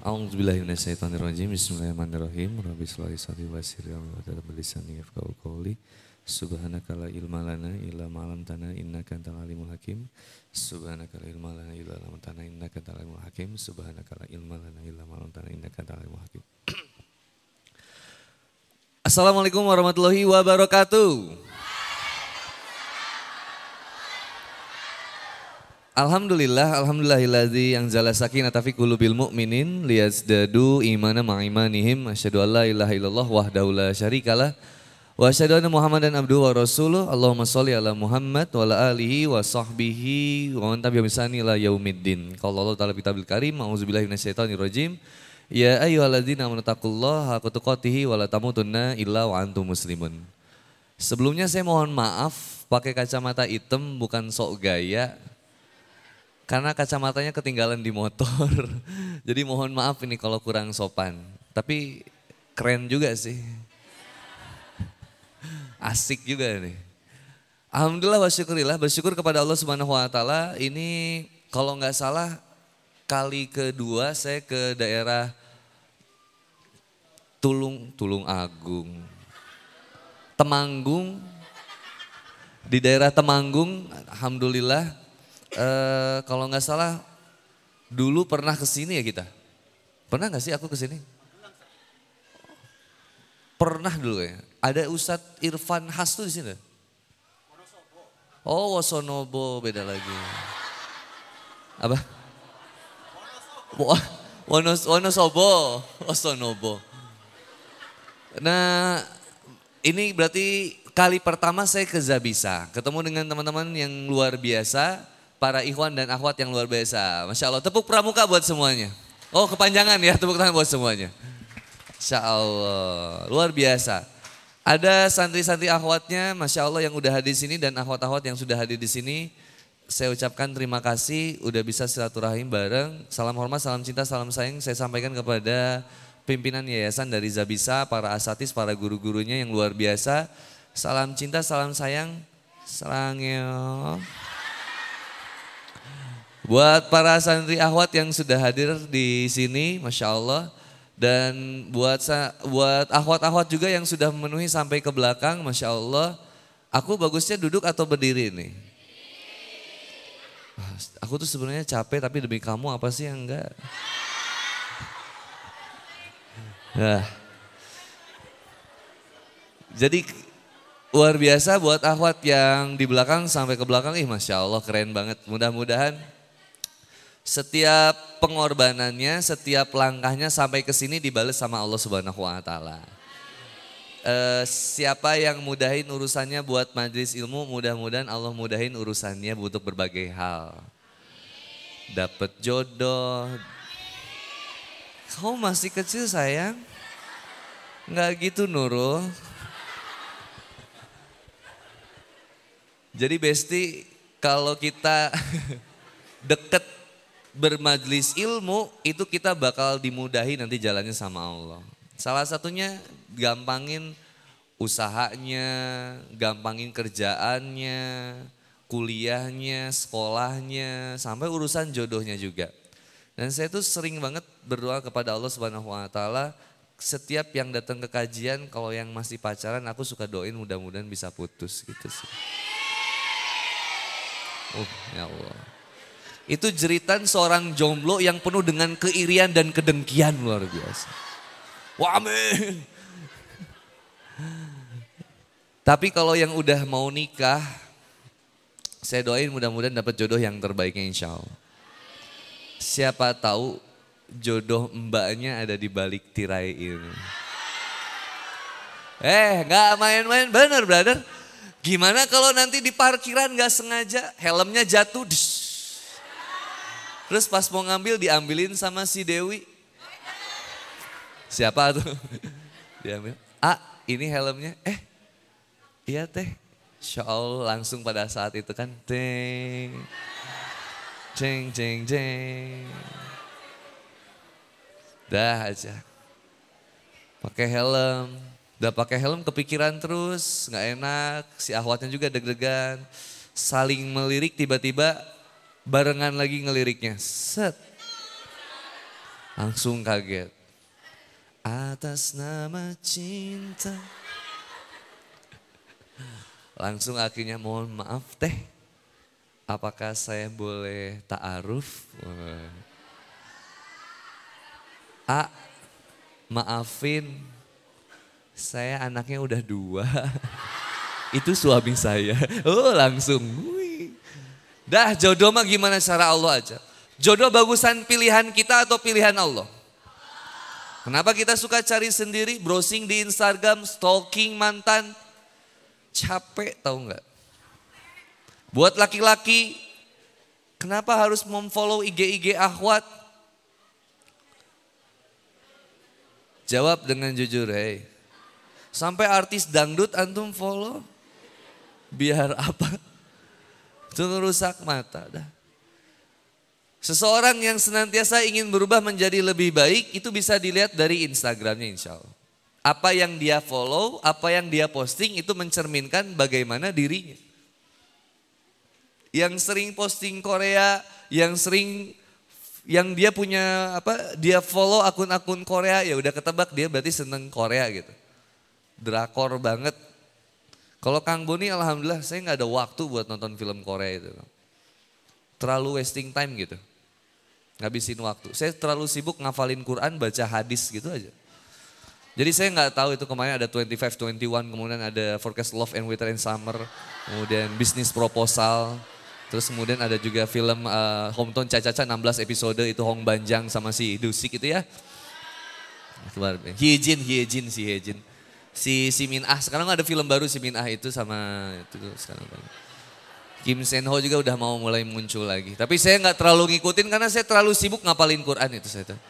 A'udzubillahi minasyaitonirrajim. Bismillahirrahmanirrahim. Rabbi shrah li sadri wa yassir li amri wahlul 'uqdatam min lisani yafqahu qawli. Subhanaka la ilma lana illa ma 'allamtana innaka antal alimul hakim. Subhanaka la ilma lana illa ma 'allamtana innaka antal alimul hakim. Subhanaka la ilma lana illa ma 'allamtana innaka antal alimul hakim. Assalamualaikum warahmatullahi wabarakatuh. Alhamdulillahilladzi anzala sakinata fi qulubil mu'minin liyazdadu imana ma'imanihim. Asyhadu an la ilaha illallah wahdahu la syarikalah wa asyhadu anna Muhammadan abduhu wa rasuluh. Allahumma sholli ala Muhammad wa ala alihi wa sahbihi wa man tabi'ahum bi ihsan ila yaumiddin. Qala Allah ta'ala fil karim, a'udzubillahi minasyaitonir rajim. Ya ayyuhalladzina amanu taqullaha haqqa tuqatih wa la tamutunna illa wa antum muslimun. Sebelumnya saya mohon maaf pakai kacamata hitam bukan sok gaya. Karena kacamatanya ketinggalan di motor. Jadi mohon maaf ini kalau kurang sopan. Tapi keren juga sih. Asik juga nih. Alhamdulillah wa syukurillah, bersyukur kepada Allah Subhanahu wa taala. Ini kalau nggak salah kali kedua saya ke daerah Tulung Agung. Temanggung. Di daerah Temanggung, alhamdulillah. Kalau nggak salah dulu pernah kesini ya kita. Pernah nggak sih aku kesini? Pernah dulu ya. Ada Ustadz Irfan Has tuh di sini. Oh, Wosonobo beda lagi. Apa? Wonosobo, Wosonobo. Nah, ini berarti kali pertama saya ke Zabisa. Ketemu dengan teman-teman yang luar biasa. Para ikhwan dan akhwat yang luar biasa. Masya Allah, tepuk pramuka buat semuanya. Oh kepanjangan ya, tepuk tangan buat semuanya. Masya Allah, luar biasa. Ada santri-santri akhwatnya, Masya Allah yang udah hadir di sini dan akhwat-akhwat yang sudah hadir di sini. Saya ucapkan terima kasih udah bisa silaturahim bareng. Salam hormat, salam cinta, salam sayang saya sampaikan kepada pimpinan yayasan dari Zabisa, para asatis, para guru-gurunya yang luar biasa. Salam cinta, salam sayang, serangnya. Buat para santri akhwat yang sudah hadir di sini, Masya Allah. Dan buat akhwat-akhwat juga yang sudah memenuhi sampai ke belakang, Masya Allah. Aku bagusnya duduk atau berdiri nih? Aku tuh sebenarnya capek tapi demi kamu apa sih yang enggak? Nah. Jadi luar biasa buat akhwat yang di belakang sampai ke belakang, Masya Allah keren banget. Mudah-mudahan setiap pengorbanannya, setiap langkahnya sampai ke sini dibalas sama Allah Subhanahu wa taala. Siapa yang mudahin urusannya buat majelis ilmu, mudah-mudahan Allah mudahin urusannya untuk berbagai hal. Dapat jodoh. Kau masih kecil sayang? Enggak gitu Nurul. Jadi Besti, kalau kita deket bermajlis ilmu itu kita bakal dimudahi nanti jalannya sama Allah. Salah satunya gampangin usahanya, gampangin kerjaannya, kuliahnya, sekolahnya, sampai urusan jodohnya juga. Dan saya tuh sering banget berdoa kepada Allah Subhanahu wa taala, setiap yang datang ke kajian kalau yang masih pacaran aku suka doain mudah-mudahan bisa putus gitu sih. Ya Allah. Itu jeritan seorang jomblo yang penuh dengan keirian dan kedengkian luar biasa. Wah amin. Tapi kalau yang udah mau nikah, saya doain mudah-mudahan dapat jodoh yang terbaiknya insya Allah. Siapa tahu jodoh mbaknya ada di balik tirai ini. Gak main-main bener brother. Gimana kalau nanti di parkiran gak sengaja helmnya jatuh. Terus pas mau ngambil diambilin sama si Dewi. Siapa tuh? Diambil. Ini helmnya. Iya teh. Insya Allah langsung pada saat itu kan. Ceng. Dah aja. Pakai helm. Udah pakai helm kepikiran terus. Gak enak. Si akhwatnya juga deg-degan. Saling melirik tiba-tiba. Barengan lagi ngeliriknya, set. Langsung kaget. Atas nama cinta. Langsung akhirnya mohon maaf teh. Apakah saya boleh ta'aruf? Maafin. Saya anaknya udah 2. Itu suami saya. Oh langsung. Wih. Dah jodoh mah gimana cara Allah aja. Jodoh bagusan pilihan kita atau pilihan Allah? Kenapa kita suka cari sendiri, browsing di Instagram, stalking mantan? Capek tahu nggak? Buat laki-laki, kenapa harus memfollow IG-IG akhwat? Jawab dengan jujur, hey. Sampai artis dangdut antum follow? Biar apa? Itu rusak mata dah. Seseorang yang senantiasa ingin berubah menjadi lebih baik itu bisa dilihat dari Instagramnya insya Allah. Apa yang dia follow, apa yang dia posting itu mencerminkan bagaimana dirinya. Yang sering posting Korea, yang dia punya dia follow akun-akun Korea, ya udah ketebak dia berarti seneng Korea gitu. Drakor banget. Kalau Kang Boni alhamdulillah saya nggak ada waktu buat nonton film Korea itu. Terlalu wasting time gitu. Ngabisin waktu. Saya terlalu sibuk ngafalin Quran, baca hadis gitu aja. Jadi saya nggak tahu itu kemarin ada 25-21, kemudian ada Forecast Love and Winter and Summer, kemudian Business Proposal. Terus kemudian ada juga film Hometown Caca-Caca 16 episode itu Hong Banjang sama si Dusik itu ya. Hyejin. Si Min Ah, sekarang ada film baru si Min Ah itu sama itu sekarang. Kim Sen Ho juga udah mau mulai muncul lagi. Tapi saya nggak terlalu ngikutin karena saya terlalu sibuk ngapalin Quran itu saya tuh.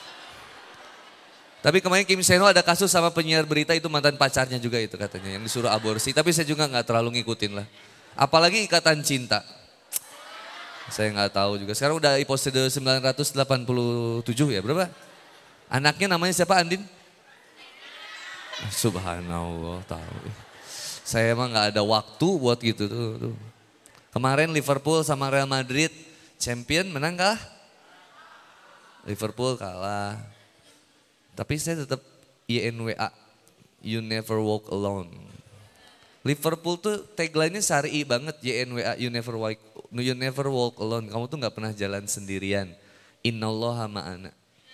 Tapi kemarin Kim Sen Ho ada kasus sama penyiar berita itu mantan pacarnya juga itu katanya yang disuruh aborsi. Tapi saya juga nggak terlalu ngikutin lah. Apalagi Ikatan Cinta. Saya nggak tahu juga. Sekarang udah episode 987 ya, berapa? Anaknya namanya siapa, Andin? Subhanallah, tahu. Saya emang nggak ada waktu buat gitu tuh. Kemarin Liverpool sama Real Madrid champion, menang kah? Liverpool kalah. Tapi saya tetap YNWA, You Never Walk Alone. Liverpool tuh tagline-nya syar'i banget, YNWA, You Never Walk Alone. Kamu tuh gak pernah jalan sendirian. Innallaha ma'ana.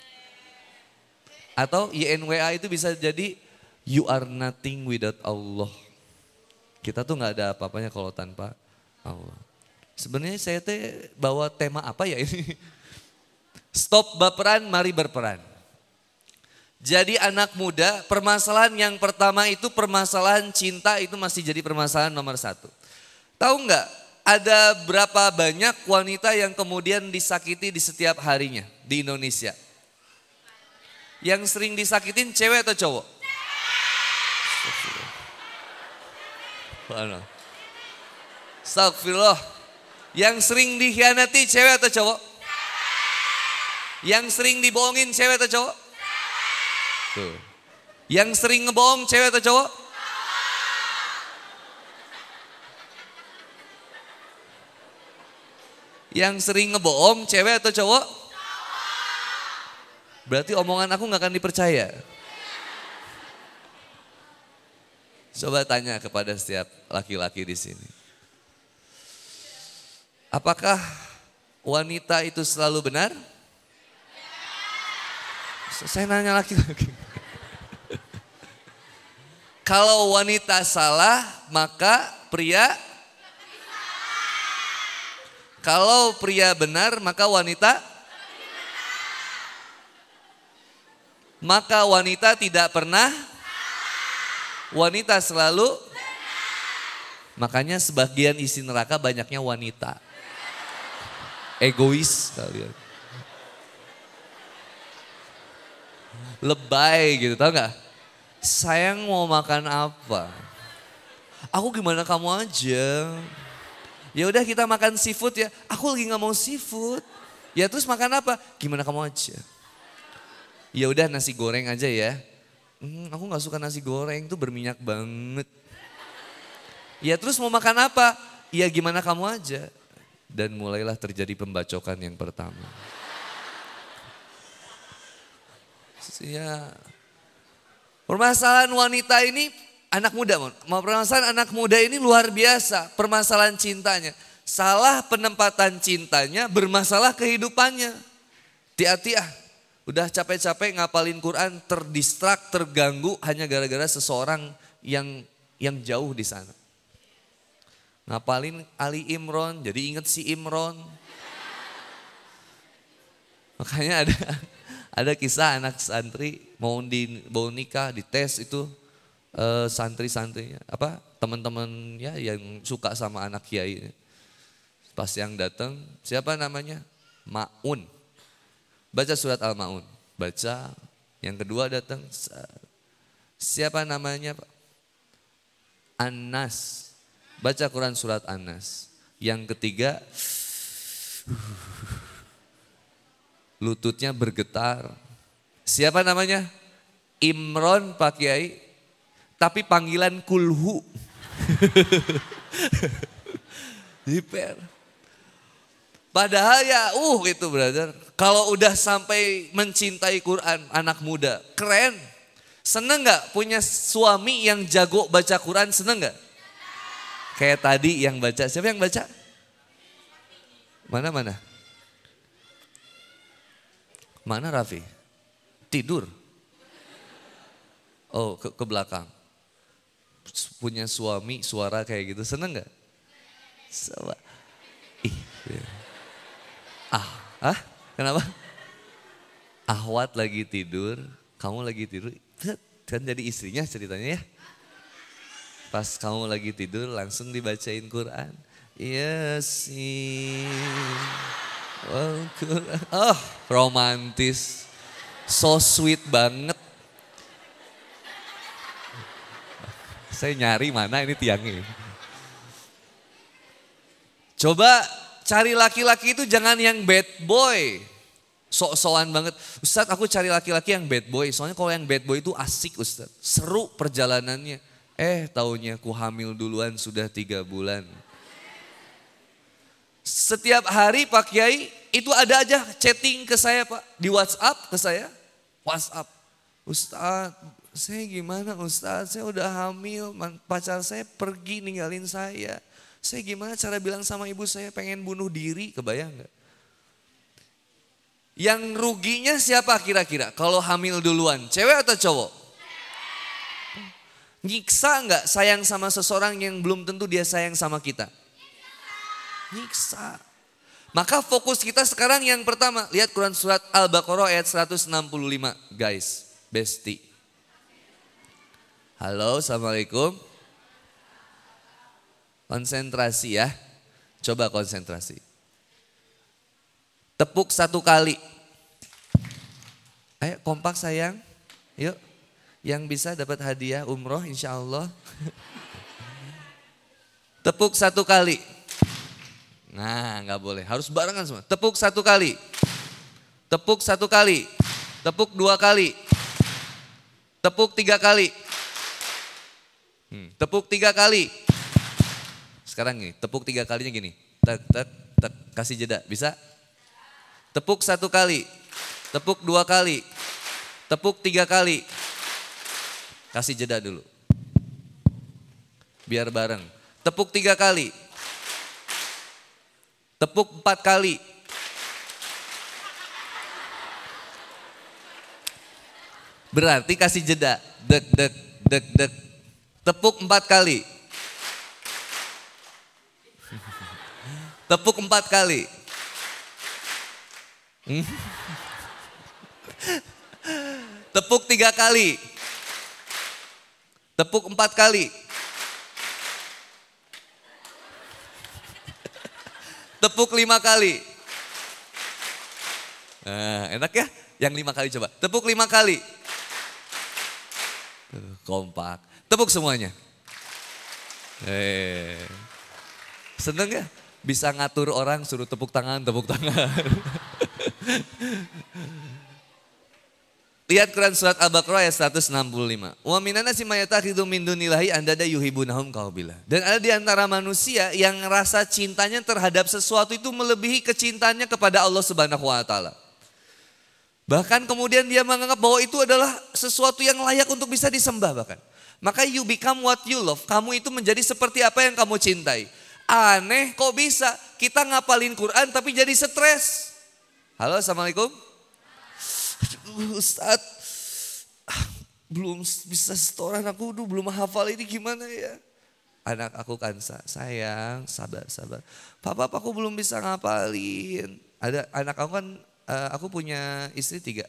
Atau YNWA itu bisa jadi You are nothing without Allah. Kita tuh gak ada apa-apanya kalau tanpa Allah. Sebenarnya saya teh bawa tema apa ya ini? Stop baperan, mari berperan. Jadi anak muda, permasalahan yang pertama itu permasalahan cinta itu masih jadi permasalahan nomor 1. Tahu nggak ada berapa banyak wanita yang kemudian disakiti di setiap harinya di Indonesia? Yang sering disakitin cewek atau cowok? Astagfirullah. Yang sering dikhianati cewek atau cowok? Yang sering dibohongin cewek atau cowok? Tuh. Yang sering ngebohong cewek atau cowok? Yang sering ngebohong cewek atau cowok? Berarti omongan aku gak akan dipercaya. Coba tanya kepada setiap laki-laki di sini. Apakah wanita itu selalu benar? Saya nanya laki-laki. Kalau wanita salah, maka pria. Kalau pria benar, maka wanita. Maka wanita tidak pernah. Wanita selalu. Makanya sebagian isi neraka banyaknya wanita. Egois kalian. Lebay gitu, tahu nggak? Sayang mau makan apa? Aku gimana kamu aja? Ya udah kita makan seafood ya. Aku lagi nggak mau seafood. Ya terus makan apa? Gimana kamu aja? Ya udah nasi goreng aja ya. Aku nggak suka nasi goreng, itu berminyak banget. Ya terus mau makan apa? Ya gimana kamu aja? Dan mulailah terjadi pembacokan yang pertama. Ya. Permasalahan wanita ini anak muda, permasalahan anak muda ini luar biasa permasalahan cintanya. Salah penempatan cintanya, bermasalah kehidupannya. Hati-hati ah, udah capek-capek ngapalin Quran, terdistrak, terganggu hanya gara-gara seseorang yang jauh di sana. Ngapalin Ali Imron, jadi inget si Imron. Makanya ada kisah anak santri mau nikah, dites itu santri-santrinya, teman-teman ya yang suka sama anak kiai. Pas yang datang, siapa namanya? Ma'un. Baca surat Al-Ma'un. Baca. Yang kedua datang, siapa namanya? An-Nas. Baca Quran surat An-Nas. Yang ketiga, lututnya bergetar. Siapa namanya? Imron Pak Kiai. Tapi panggilan kulhu. Hiper. Padahal ya itu brother. Kalau udah sampai mencintai Quran anak muda. Keren. Seneng gak punya suami yang jago baca Quran, seneng gak? Kayak tadi yang baca, siapa yang baca? Mana? Mana Raffi? Tidur? Oh ke belakang. Punya suami suara kayak gitu, seneng gak? Kenapa? Ahwat lagi tidur, kamu lagi tidur, kan jadi istrinya ceritanya ya. Pas kamu lagi tidur langsung dibacain Quran. Yasin. Romantis. So sweet banget. Saya nyari mana ini tiangnya. Coba cari laki-laki itu jangan yang bad boy. Sok-sokan banget. Ustadz aku cari laki-laki yang bad boy. Soalnya kalau yang bad boy itu asik Ustadz. Seru perjalanannya. Taunya ku hamil duluan sudah 3 bulan. Setiap hari Pak Kiai itu ada aja chatting ke saya Pak. Di WhatsApp ke saya. WhatsApp. Ustadz saya gimana Ustadz, saya udah hamil, pacar saya pergi ninggalin saya. Saya gimana cara bilang sama ibu saya pengen bunuh diri, kebayang gak? Yang ruginya siapa kira-kira kalau hamil duluan, cewek atau cowok? Nyiksa gak sayang sama seseorang yang belum tentu dia sayang sama kita? Nyiksa. Maka fokus kita sekarang yang pertama, lihat Quran surat Al-Baqarah ayat 165 guys, bestie. Halo, assalamualaikum. Konsentrasi ya, coba konsentrasi. Tepuk 1 kali. Ayo kompak sayang, yuk. Yang bisa dapat hadiah umroh insya Allah. Tepuk 1 kali. Nah gak boleh, harus barengan semua. Tepuk 1 kali. Tepuk 1 kali. Tepuk 2 kali. Tepuk 3 kali. Tepuk 3 kali. Sekarang nih, tepuk 3 kalinya gini. Tek, tek, tek, kasih jeda, bisa? Tepuk 1 kali. Tepuk 2 kali. Tepuk 3 kali. Kasih jeda dulu. Biar bareng. Tepuk 3 kali. Tepuk 4 kali. Berarti kasih jeda. Dek, dek, dek, dek. Tepuk 4 kali. Tepuk 4 kali. Tepuk 3 kali. Tepuk 4 kali. Tepuk 5 kali. Nah, enak ya? Yang 5 kali coba. Tepuk 5 kali. Kompak. Tepuk semuanya. Seneng ya? Bisa ngatur orang suruh tepuk tangan, tepuk tangan. Lihat Quran surat Al-Baqarah ayat 165. Wa minan nasi may yattakhidhu min dunillahi andada yuhibbunahum kaubillah. Dan ada di antara manusia yang rasa cintanya terhadap sesuatu itu melebihi kecintaannya kepada Allah Subhanahu wa taala. Bahkan kemudian dia menganggap bahwa itu adalah sesuatu yang layak untuk bisa disembah bahkan. Maka you become what you love. Kamu itu menjadi seperti apa yang kamu cintai. Aneh kok bisa kita ngapalin Quran tapi jadi stres. Halo, assalamualaikum. Aduh, Ustadz, belum bisa setoran aku belum hafal ini gimana ya. Anak aku Kansa, sayang sabar. Papa aku belum bisa ngapalin. Ada anak aku kan, aku punya istri 3,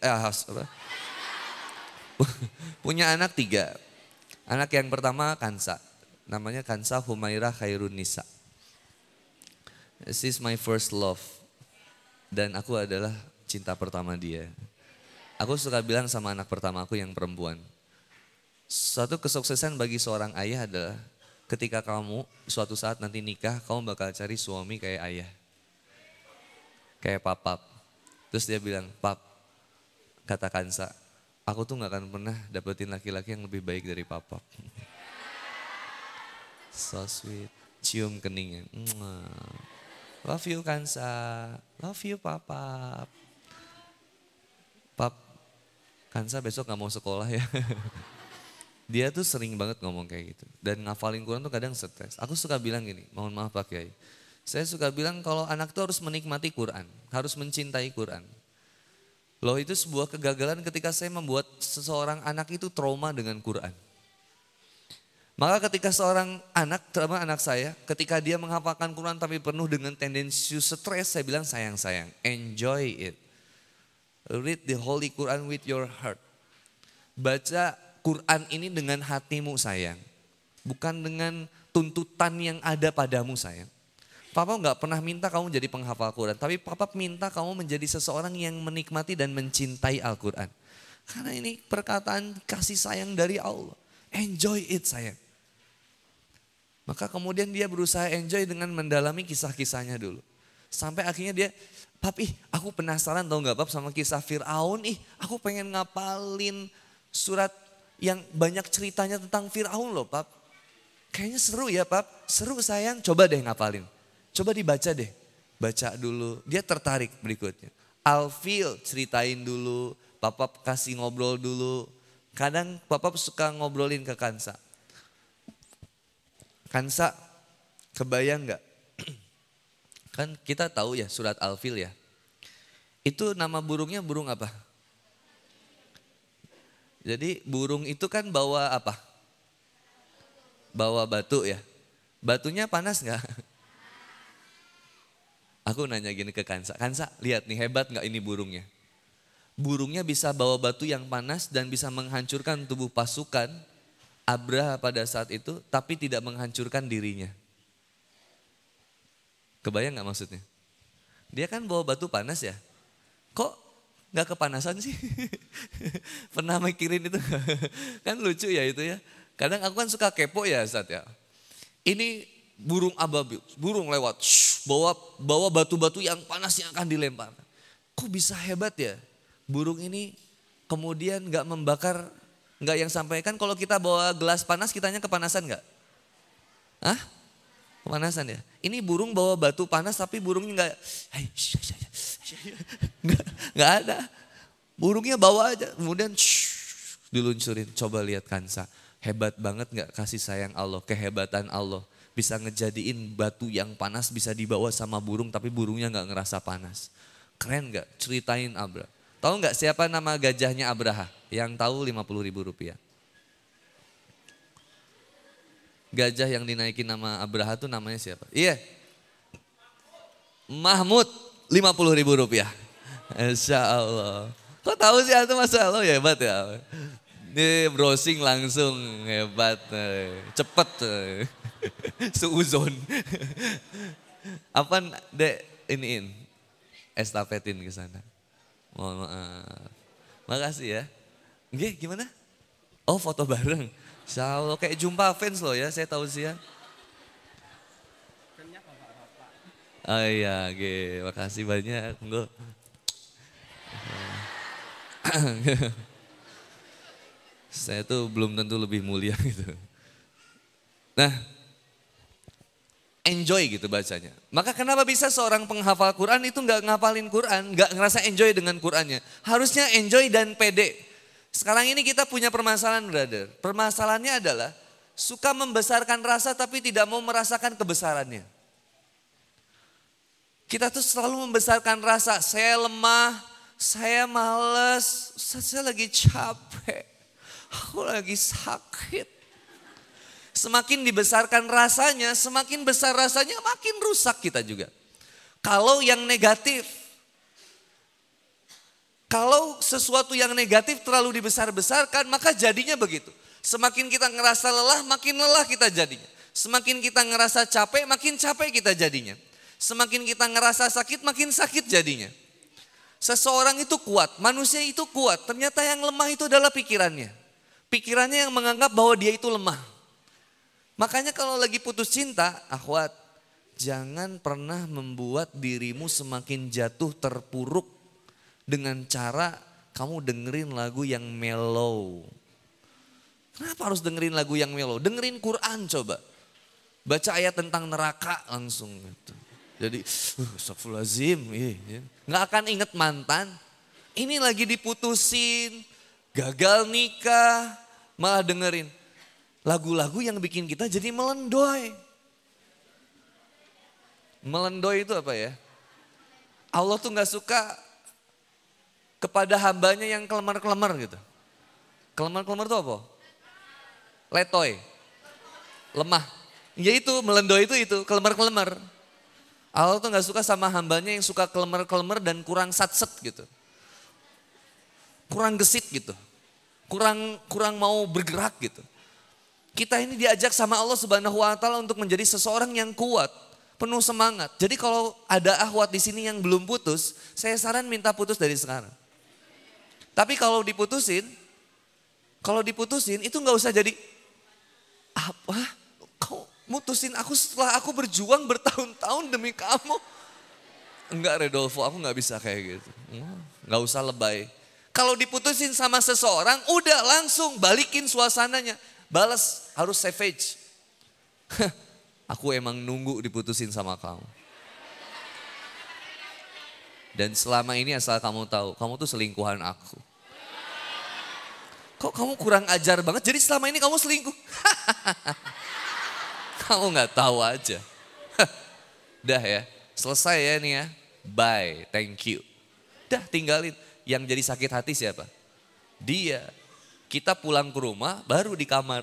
punya anak 3. Anak yang pertama Kansa, namanya Kansa Humairah Khairun Nisa. This is my first love. Dan aku adalah cinta pertama dia. Aku suka bilang sama anak pertama aku yang perempuan. Suatu kesuksesan bagi seorang ayah adalah ketika kamu suatu saat nanti nikah, kamu bakal cari suami kayak ayah. Kayak papap. Terus dia bilang, Pap, kata Kansa, aku tuh gak akan pernah dapetin laki-laki yang lebih baik dari papap. So sweet. Cium keningnya. Love you Kansa, love you Papa. Pap, Kansa besok gak mau sekolah ya. Dia tuh sering banget ngomong kayak gitu. Dan ngafalin Quran tuh kadang stres. Aku suka bilang gini, mohon maaf Pak Kiai. Saya suka bilang kalau anak tuh harus menikmati Quran, harus mencintai Quran. Loh itu sebuah kegagalan ketika saya membuat seseorang anak itu trauma dengan Quran. Maka ketika seorang anak, terutama anak saya, ketika dia menghafalkan Quran tapi penuh dengan tendensius stres, saya bilang sayang, enjoy it. Read the Holy Quran with your heart. Baca Quran ini dengan hatimu sayang. Bukan dengan tuntutan yang ada padamu sayang. Papa gak pernah minta kamu jadi penghafal Quran. Tapi Papa minta kamu menjadi seseorang yang menikmati dan mencintai Al-Quran. Karena ini perkataan kasih sayang dari Allah. Enjoy it sayang. Maka kemudian dia berusaha enjoy dengan mendalami kisah-kisahnya dulu. Sampai akhirnya dia, Pap aku penasaran tau gak Pap sama kisah Fir'aun aku pengen ngapalin surat yang banyak ceritanya tentang Fir'aun loh Pap. Kayaknya seru ya Pap, seru sayang, coba deh ngapalin. Coba dibaca deh, baca dulu, dia tertarik berikutnya. Alfil ceritain dulu, Papa kasih ngobrol dulu. Kadang Papa suka ngobrolin ke Kansa. Kansa, kebayang gak? Kan kita tahu ya surat Al-Fil ya. Itu nama burungnya burung apa? Jadi burung itu kan bawa apa? Bawa batu ya. Batunya panas gak? Aku nanya gini ke Kansa. Kansa lihat nih hebat gak ini burungnya? Burungnya bisa bawa batu yang panas dan bisa menghancurkan tubuh pasukan Abraha pada saat itu, tapi tidak menghancurkan dirinya. Kebayang gak maksudnya? Dia kan bawa batu panas ya. Kok gak kepanasan sih? Pernah mikirin itu? Kan lucu ya itu ya. Kadang aku kan suka kepo ya Ustaz ya. Ini burung ababil, burung lewat, bawa batu-batu yang panas yang akan dilempar. Kok bisa hebat ya? Burung ini kemudian gak membakar. Enggak yang sampaikan kalau kita bawa gelas panas kitanya kepanasan enggak? Hah? Kepanasan ya? Ini burung bawa batu panas tapi burungnya enggak ada. Burungnya bawa aja kemudian diluncurin. Coba lihat Kansa, hebat banget enggak kasih sayang Allah, kehebatan Allah. Bisa ngejadiin batu yang panas bisa dibawa sama burung tapi burungnya enggak ngerasa panas. Keren enggak? Ceritain Abra. Tahu nggak siapa nama gajahnya Abraha? Yang tahu 50.000 rupiah. Gajah yang dinaikin nama Abraha tuh namanya siapa? Iya. Mahmud 50.000 rupiah. Insya Allah. Kok tahu sih itu Masya Allah ya hebat ya. Ini browsing langsung hebat. Cepet. Seuzon. Apa dek iniin. Estafetin ke sana. Mohon maaf. Makasih ya. Oke, gimana? Oh, foto bareng. Insya Allah kayak jumpa fans loh ya, saya tahu sih ya. Oh iya, oke. Makasih banyak. Enggak. Saya tuh belum tentu lebih mulia gitu. Nah, enjoy gitu bacanya. Maka kenapa bisa seorang penghafal Quran itu nggak ngapalin Quran, nggak ngerasa enjoy dengan Qurannya. Harusnya enjoy dan pede. Sekarang ini kita punya permasalahan brother. Permasalahannya adalah suka membesarkan rasa tapi tidak mau merasakan kebesarannya. Kita tuh selalu membesarkan rasa, saya lemah, saya males, saya lagi capek, aku lagi sakit. Semakin dibesarkan rasanya, semakin besar rasanya makin rusak kita juga. Kalau yang negatif, kalau sesuatu yang negatif terlalu dibesar-besarkan maka jadinya begitu. Semakin kita ngerasa lelah, makin lelah kita jadinya. Semakin kita ngerasa capek, makin capek kita jadinya. Semakin kita ngerasa sakit, makin sakit jadinya. Seseorang itu kuat, manusia itu kuat. Ternyata yang lemah itu adalah pikirannya. Pikirannya yang menganggap bahwa dia itu lemah. Makanya kalau lagi putus cinta, akhwat, jangan pernah membuat dirimu semakin jatuh terpuruk dengan cara kamu dengerin lagu yang mellow. Kenapa harus dengerin lagu yang mellow? Dengerin Quran coba. Baca ayat tentang neraka langsung gitu. Jadi, astagfirullahaladzim, nggak akan inget mantan. Ini lagi diputusin, gagal nikah, malah dengerin lagu-lagu yang bikin kita jadi melendoy. Melendoy itu apa ya? Allah tuh gak suka kepada hambanya yang kelemar-kelemar gitu. Kelemar-kelemar itu apa? Letoy. Lemah. Ya itu, melendoy itu, kelemar-kelemar. Allah tuh gak suka sama hambanya yang suka kelemar-kelemar dan kurang satset gitu. Kurang gesit gitu. Kurang mau bergerak gitu. Kita ini diajak sama Allah Subhanahu wa taala untuk menjadi seseorang yang kuat, penuh semangat. Jadi kalau ada akhwat di sini yang belum putus, saya saran minta putus dari sekarang. Tapi kalau diputusin itu nggak usah jadi apa? Kau mutusin aku setelah aku berjuang bertahun-tahun demi kamu? Enggak Redolfo, aku nggak bisa kayak gitu. Nggak usah lebay. Kalau diputusin sama seseorang, udah langsung balikin suasananya. Balas, harus savage. Aku emang nunggu diputusin sama kamu. Dan selama ini asal kamu tahu, kamu tuh selingkuhan aku. Kok kamu kurang ajar banget, jadi selama ini kamu selingkuh. Kamu gak tahu aja. Dah ya, selesai ya nih ya. Bye, thank you. Dah tinggalin. Yang jadi sakit hati siapa? Dia. Kita pulang ke rumah baru di kamar.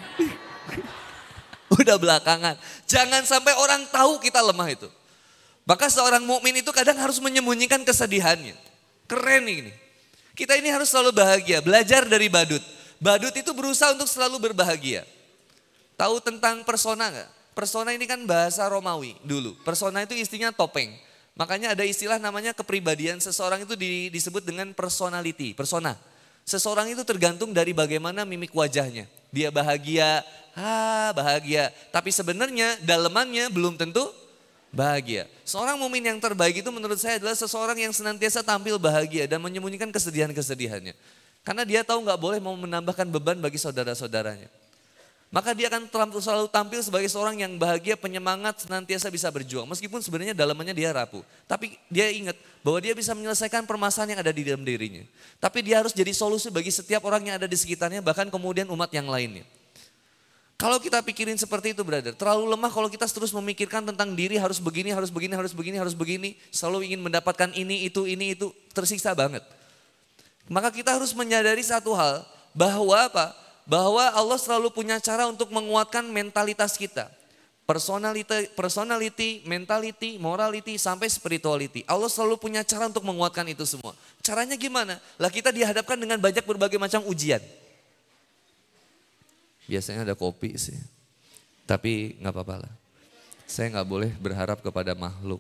Udah belakangan. Jangan sampai orang tahu kita lemah itu. Maka seorang mukmin itu kadang harus menyembunyikan kesedihannya. Keren ini. Kita ini harus selalu bahagia. Belajar dari badut. Badut itu berusaha untuk selalu berbahagia. Tahu tentang persona gak? Persona ini kan bahasa Romawi dulu. Persona itu istinya topeng. Makanya ada istilah namanya kepribadian seseorang itu disebut dengan personality. Persona. Seseorang itu tergantung dari bagaimana mimik wajahnya. Dia bahagia, bahagia. Tapi sebenarnya dalemannya belum tentu bahagia. Seorang mukmin yang terbaik itu menurut saya adalah seseorang yang senantiasa tampil bahagia dan menyembunyikan kesedihan-kesedihannya. Karena dia tahu gak boleh mau menambahkan beban bagi saudara-saudaranya. Maka dia akan selalu tampil sebagai seorang yang bahagia, penyemangat, senantiasa bisa berjuang. Meskipun sebenarnya dalamannya dia rapuh. Tapi dia ingat bahwa dia bisa menyelesaikan permasalahan yang ada di dalam dirinya. Tapi dia harus jadi solusi bagi setiap orang yang ada di sekitarnya, bahkan kemudian umat yang lainnya. Kalau kita pikirin seperti itu brother, terlalu lemah kalau kita terus memikirkan tentang diri harus begini, harus begini, harus begini, harus begini. Selalu ingin mendapatkan ini, itu, tersiksa banget. Maka kita harus menyadari satu hal, bahwa apa? Bahwa Allah selalu punya cara untuk menguatkan mentalitas kita. Personality, mentality, morality, sampai spirituality. Allah selalu punya cara untuk menguatkan itu semua. Caranya gimana? Lah kita dihadapkan dengan banyak berbagai macam ujian. Biasanya ada kopi sih. Tapi gak apa-apa lah. Saya gak boleh berharap kepada makhluk.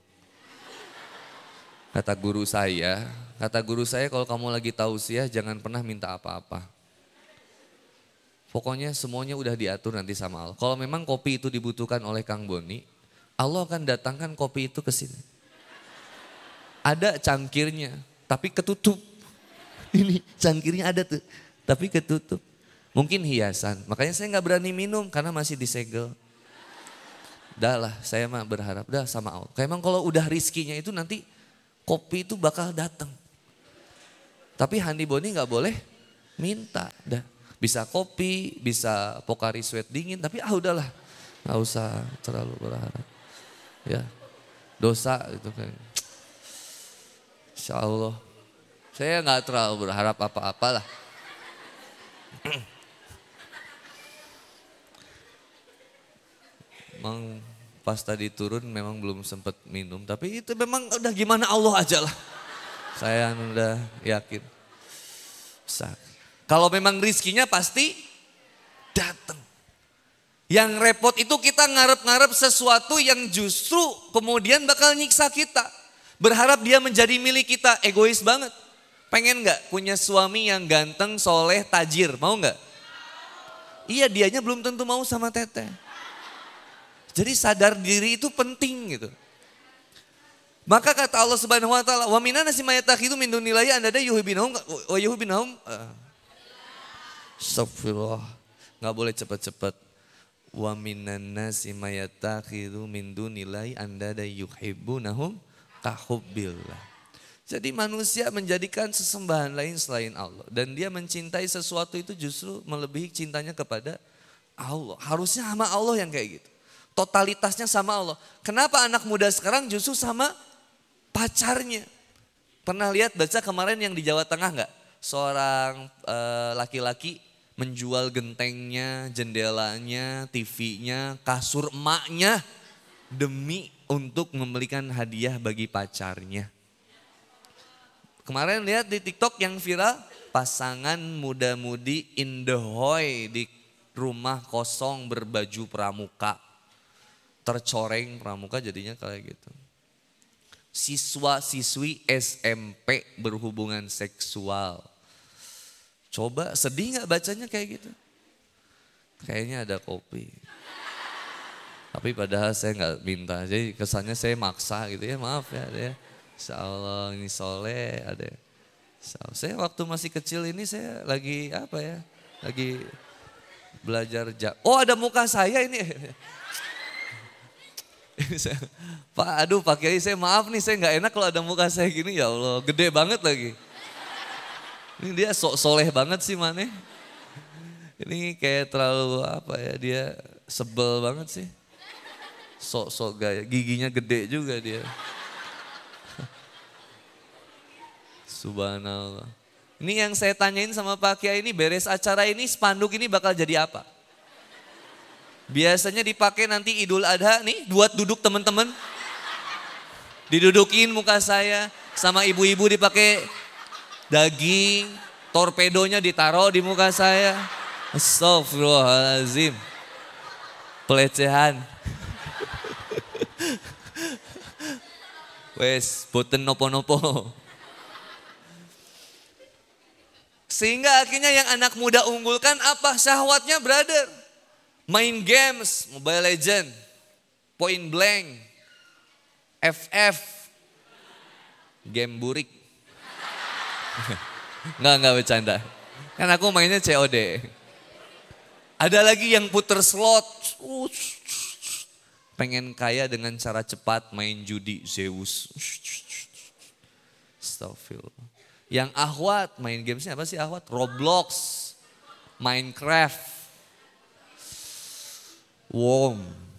Kata guru saya kalau kamu lagi tausiah jangan pernah minta apa-apa. Pokoknya semuanya udah diatur nanti sama Allah. Kalau memang kopi itu dibutuhkan oleh Kang Boni, Allah akan datangkan kopi itu ke sini. Ada cangkirnya, tapi ketutup. Ini cangkirnya ada tuh, tapi ketutup. Mungkin hiasan, makanya saya gak berani minum karena masih disegel. Dah lah, saya mah berharap dah sama Allah. Kayak emang kalau udah rizkinya itu nanti kopi itu bakal datang. Tapi Honey Boni nggak boleh minta, dah. Bisa kopi, bisa Pocari Sweat dingin, tapi udahlah, nggak usah terlalu berharap. Ya, dosa itu kan. Insya Allah, saya nggak terlalu berharap apa-apa lah. Memang pas tadi turun memang belum sempat minum, tapi itu memang udah gimana Allah aja lah. Saya udah yakin. Bisa. Kalau memang rizkinya pasti datang. Yang repot itu kita ngarep-ngarep sesuatu yang justru kemudian bakal nyiksa kita. Berharap dia menjadi milik kita, egois banget. Pengen gak punya suami yang ganteng, soleh, tajir, mau gak? Iya, dianya belum tentu mau sama teteh. Jadi sadar diri itu penting gitu. Maka kata Allah Subhanahu wa taala, "Wa minan nasi mayatakhidu min dunillahi andada yuhibbunahum wa yuhibbunahum." Astagfirullah. Enggak boleh cepat-cepat. Wa minan nasi mayatakhidu min dunillahi andada yuhibbunahum kahubbillah. Jadi manusia menjadikan sesembahan lain selain Allah dan dia mencintai sesuatu itu justru melebihi cintanya kepada Allah. Harusnya sama Allah yang kayak gitu. Totalitasnya sama Allah. Kenapa anak muda sekarang justru sama pacarnya? Pernah lihat baca kemarin yang di Jawa Tengah enggak? Seorang laki-laki menjual gentengnya, jendelanya, TV-nya, kasur emaknya demi untuk membelikan hadiah bagi pacarnya. Kemarin lihat di TikTok yang viral, pasangan muda-mudi in the hoy di rumah kosong berbaju pramuka. Tercoreng pramuka jadinya kayak gitu. Siswa-siswi SMP berhubungan seksual. Coba sedih gak bacanya kayak gitu? Kayaknya ada kopi. Tapi padahal saya gak minta, jadi kesannya saya maksa gitu ya, maaf ya. Insya Allah ini soleh ada. Saya waktu masih kecil ini saya lagi apa ya, lagi belajar. Oh ada muka saya ini. Pak Kiai saya maaf nih, saya nggak enak kalau ada muka saya gini, ya Allah gede banget lagi. Ini dia sok soleh banget sih Mane. Ini kayak terlalu apa ya, dia sebel banget sih. Sok-sok gaya, giginya gede juga dia. Subhanallah. Ini yang saya tanyain sama Pak Kiai ini, beres acara ini spanduk ini bakal jadi apa? Biasanya dipakai nanti Idul Adha nih buat duduk teman-teman. Didudukin muka saya, sama ibu-ibu dipakai daging, torpedonya ditaruh di muka saya. Astagfirullahaladzim. Pelecehan. Wes, boten nopo-nopo. Sehingga akhirnya yang anak muda unggulkan apa? Syahwatnya brother. Main games, Mobile Legend, Point Blank, FF, game burik. Enggak bercanda. Kan aku mainnya COD. Ada lagi yang puter slot. Pengen kaya dengan cara cepat main judi Zeus. Astagfirullah. Yang ahwat, main gamesnya apa sih ahwat? Roblox, Minecraft. Worm.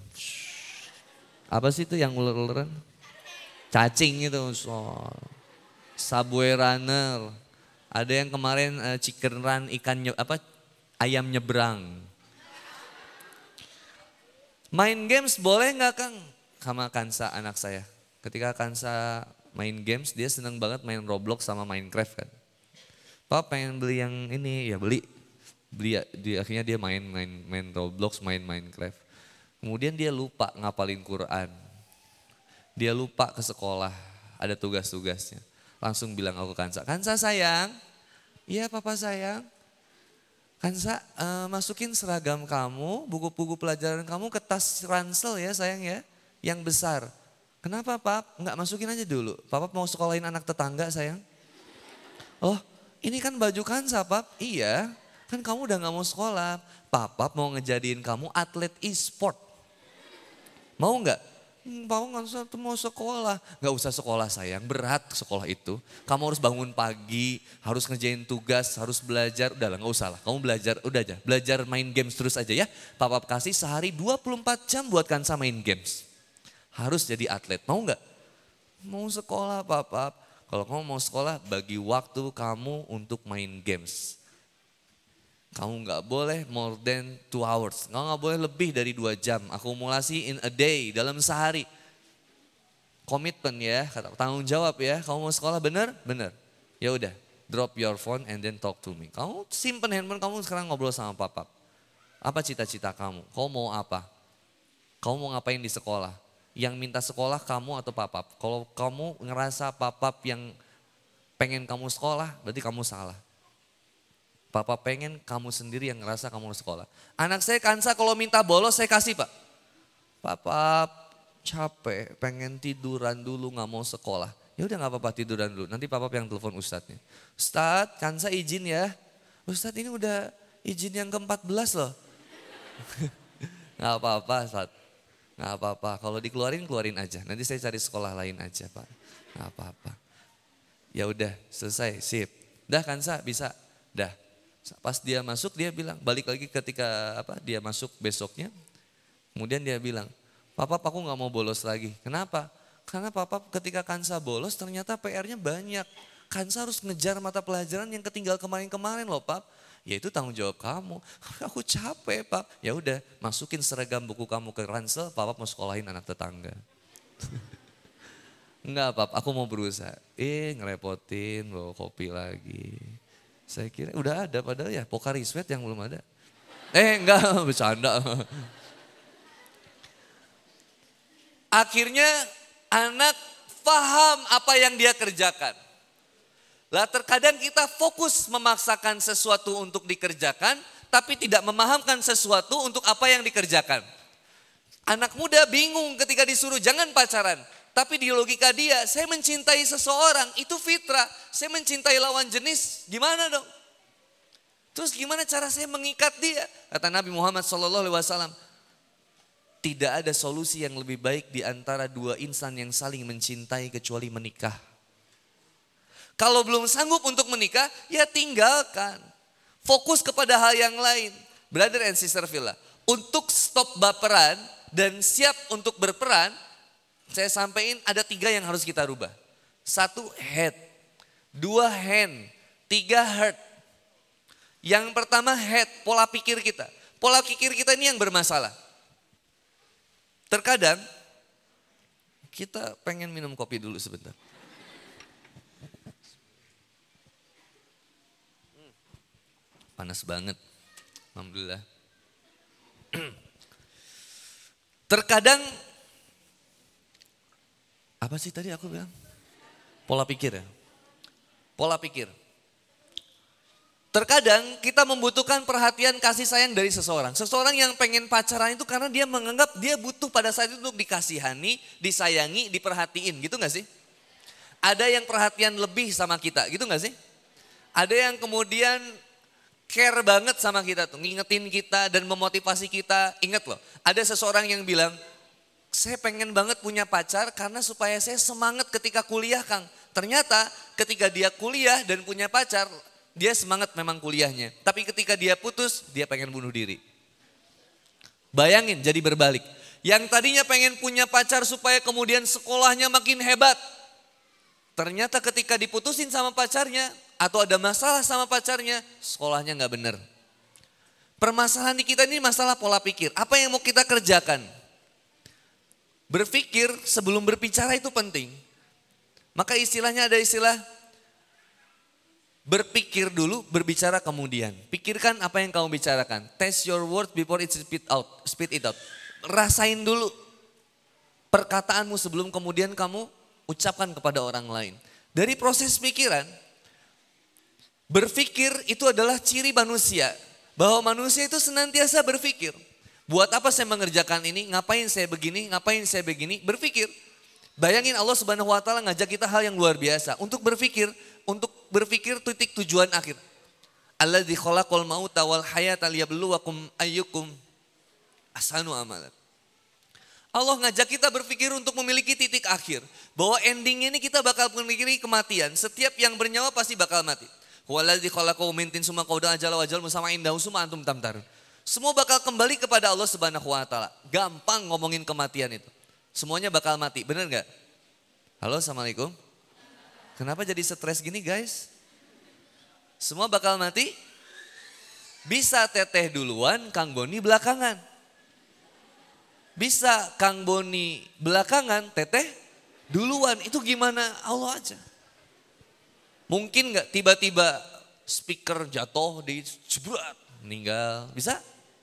Apa sih itu yang ular-ularan? Cacing itu. Subway Runner. Ada yang kemarin chicken run, ayam nyebrang. Main games boleh nggak Kang? Sama Kansa anak saya. Ketika Kansa main games dia seneng banget main Roblox sama Minecraft kan. Pak pengen beli yang ini, ya beli akhirnya dia main Roblox, main Minecraft. Kemudian dia lupa ngapalin Quran. Dia lupa ke sekolah, ada tugas-tugasnya. Langsung bilang aku Kansa sayang, iya papa sayang. Kansa masukin seragam kamu, buku-buku pelajaran kamu ke tas ransel ya sayang ya, yang besar. Kenapa pap? Enggak masukin aja dulu, papa mau sekolahin anak tetangga sayang. Oh ini kan baju Kansa pap, iya. Kan kamu udah gak mau sekolah, papa mau ngejadiin kamu atlet e-sport. Mau nggak? Mau nggak usah mau sekolah. Nggak usah sekolah sayang, berat sekolah itu. Kamu harus bangun pagi, harus ngerjain tugas, harus belajar. Udah lah nggak usah lah, kamu belajar, udah aja. Belajar main games terus aja ya. Papa kasih sehari 24 jam buat Kansa main games. Harus jadi atlet, mau nggak? Mau sekolah papa. Kalau kamu mau sekolah, bagi waktu kamu untuk main games. Kamu nggak boleh more than 2 hours. Kamu nggak boleh lebih dari 2 jam. Akumulasi in a day, dalam sehari. Komitmen ya, tanggung jawab ya. Kamu mau sekolah bener? Bener. Ya udah, drop your phone and then talk to me. Kamu simpen handphone kamu sekarang ngobrol sama papa. Apa cita-cita kamu? Kamu mau apa? Kamu mau ngapain di sekolah? Yang minta sekolah kamu atau papa? Kalau kamu ngerasa papa yang pengen kamu sekolah, berarti kamu salah. Papa pengen kamu sendiri yang ngerasa kamu harus sekolah. Anak saya Kansa kalau minta bolos saya kasih pak. Papa capek pengen tiduran dulu gak mau sekolah. Ya udah gak apa-apa tiduran dulu. Nanti papa yang telepon ustadznya. Ustadz Kansa izin ya. Ustadz ini udah izin yang ke-14 loh. Gak apa-apa Ustadz. Gak apa-apa. Kalau dikeluarin keluarin aja. Nanti saya cari sekolah lain aja pak. Gak apa-apa. Ya udah selesai sip. Dah Kansa bisa. Dah. Pas dia masuk dia bilang, balik lagi ketika dia masuk besoknya. Kemudian dia bilang, papa aku gak mau bolos lagi. Kenapa? Karena papa ketika Kansa bolos ternyata PR-nya banyak. Kansa harus ngejar mata pelajaran yang ketinggal kemarin-kemarin loh pap. Ya itu tanggung jawab kamu. Aku capek pap. Ya udah masukin seragam buku kamu ke ransel, papa mau sekolahin anak tetangga. Enggak pap, aku mau berusaha. Ngerepotin, bawa kopi lagi. Saya kira udah ada padahal ya Pocari Sweat yang belum ada. Enggak, bercanda. Akhirnya anak paham apa yang dia kerjakan. Lah terkadang kita fokus memaksakan sesuatu untuk dikerjakan, tapi tidak memahamkan sesuatu untuk apa yang dikerjakan. Anak muda bingung ketika disuruh jangan pacaran. Tapi di logika dia, saya mencintai seseorang, itu fitrah. Saya mencintai lawan jenis, gimana dong? Terus gimana cara saya mengikat dia? Kata Nabi Muhammad SAW, tidak ada solusi yang lebih baik di antara dua insan yang saling mencintai kecuali menikah. Kalau belum sanggup untuk menikah, ya tinggalkan. Fokus kepada hal yang lain. Brother and sister Villa, untuk stop baperan dan siap untuk berperan, saya sampaikan ada 3 yang harus kita rubah. 1 head, 2 hand, 3 heart. Yang pertama head, pola pikir kita. Pola pikir kita ini yang bermasalah. Terkadang kita pengen minum kopi dulu sebentar. Panas banget, alhamdulillah. Terkadang apa sih tadi aku bilang? Pola pikir ya. Pola pikir. Terkadang kita membutuhkan perhatian kasih sayang dari seseorang. Seseorang yang pengen pacaran itu karena dia menganggap dia butuh pada saat itu untuk dikasihani, disayangi, diperhatiin gitu gak sih? Ada yang perhatian lebih sama kita gitu gak sih? Ada yang kemudian care banget sama kita tuh, ngingetin kita dan memotivasi kita. Ingat loh, ada seseorang yang bilang, saya pengen banget punya pacar karena supaya saya semangat ketika kuliah Kang. Ternyata ketika dia kuliah dan punya pacar, dia semangat memang kuliahnya. Tapi ketika dia putus, dia pengen bunuh diri. Bayangin jadi berbalik. Yang tadinya pengen punya pacar supaya kemudian sekolahnya makin hebat. Ternyata ketika diputusin sama pacarnya atau ada masalah sama pacarnya, sekolahnya gak bener. Permasalahan di kita ini masalah pola pikir. Apa yang mau kita kerjakan? Berpikir sebelum berbicara itu penting. Maka istilahnya ada istilah berpikir dulu, berbicara kemudian. Pikirkan apa yang kamu bicarakan. Test your word before it spit it out. Rasain dulu perkataanmu sebelum kemudian kamu ucapkan kepada orang lain. Dari proses pikiran, berpikir itu adalah ciri manusia. Bahwa manusia itu senantiasa berpikir. Buat apa saya mengerjakan ini, ngapain saya begini, ngapain saya begini, berpikir. Bayangin Allah Subhanahu wa taala ngajak kita hal yang luar biasa. Untuk berpikir titik tujuan akhir. Alladzi khalaqal mauta wal hayata liyabluwakum ayyukum ahsanu amalan. Allah ngajak kita berpikir untuk memiliki titik akhir. Bahwa endingnya ini kita bakal memiliki kematian. Setiap yang bernyawa pasti bakal mati. Waladzi khalaqakum min tin summa qada ajala wajal musama indahu summa antum tamtarun. Semua bakal kembali kepada Allah Subhanahu wa taala. Gampang ngomongin kematian itu. Semuanya bakal mati, benar nggak? Halo, Assalamualaikum. Kenapa jadi stres gini guys? Semua bakal mati? Bisa teteh duluan, Kang Boni belakangan. Bisa Kang Boni belakangan, teteh duluan. Itu gimana? Allah aja. Mungkin nggak tiba-tiba speaker jatuh di jebret, meninggal. Bisa?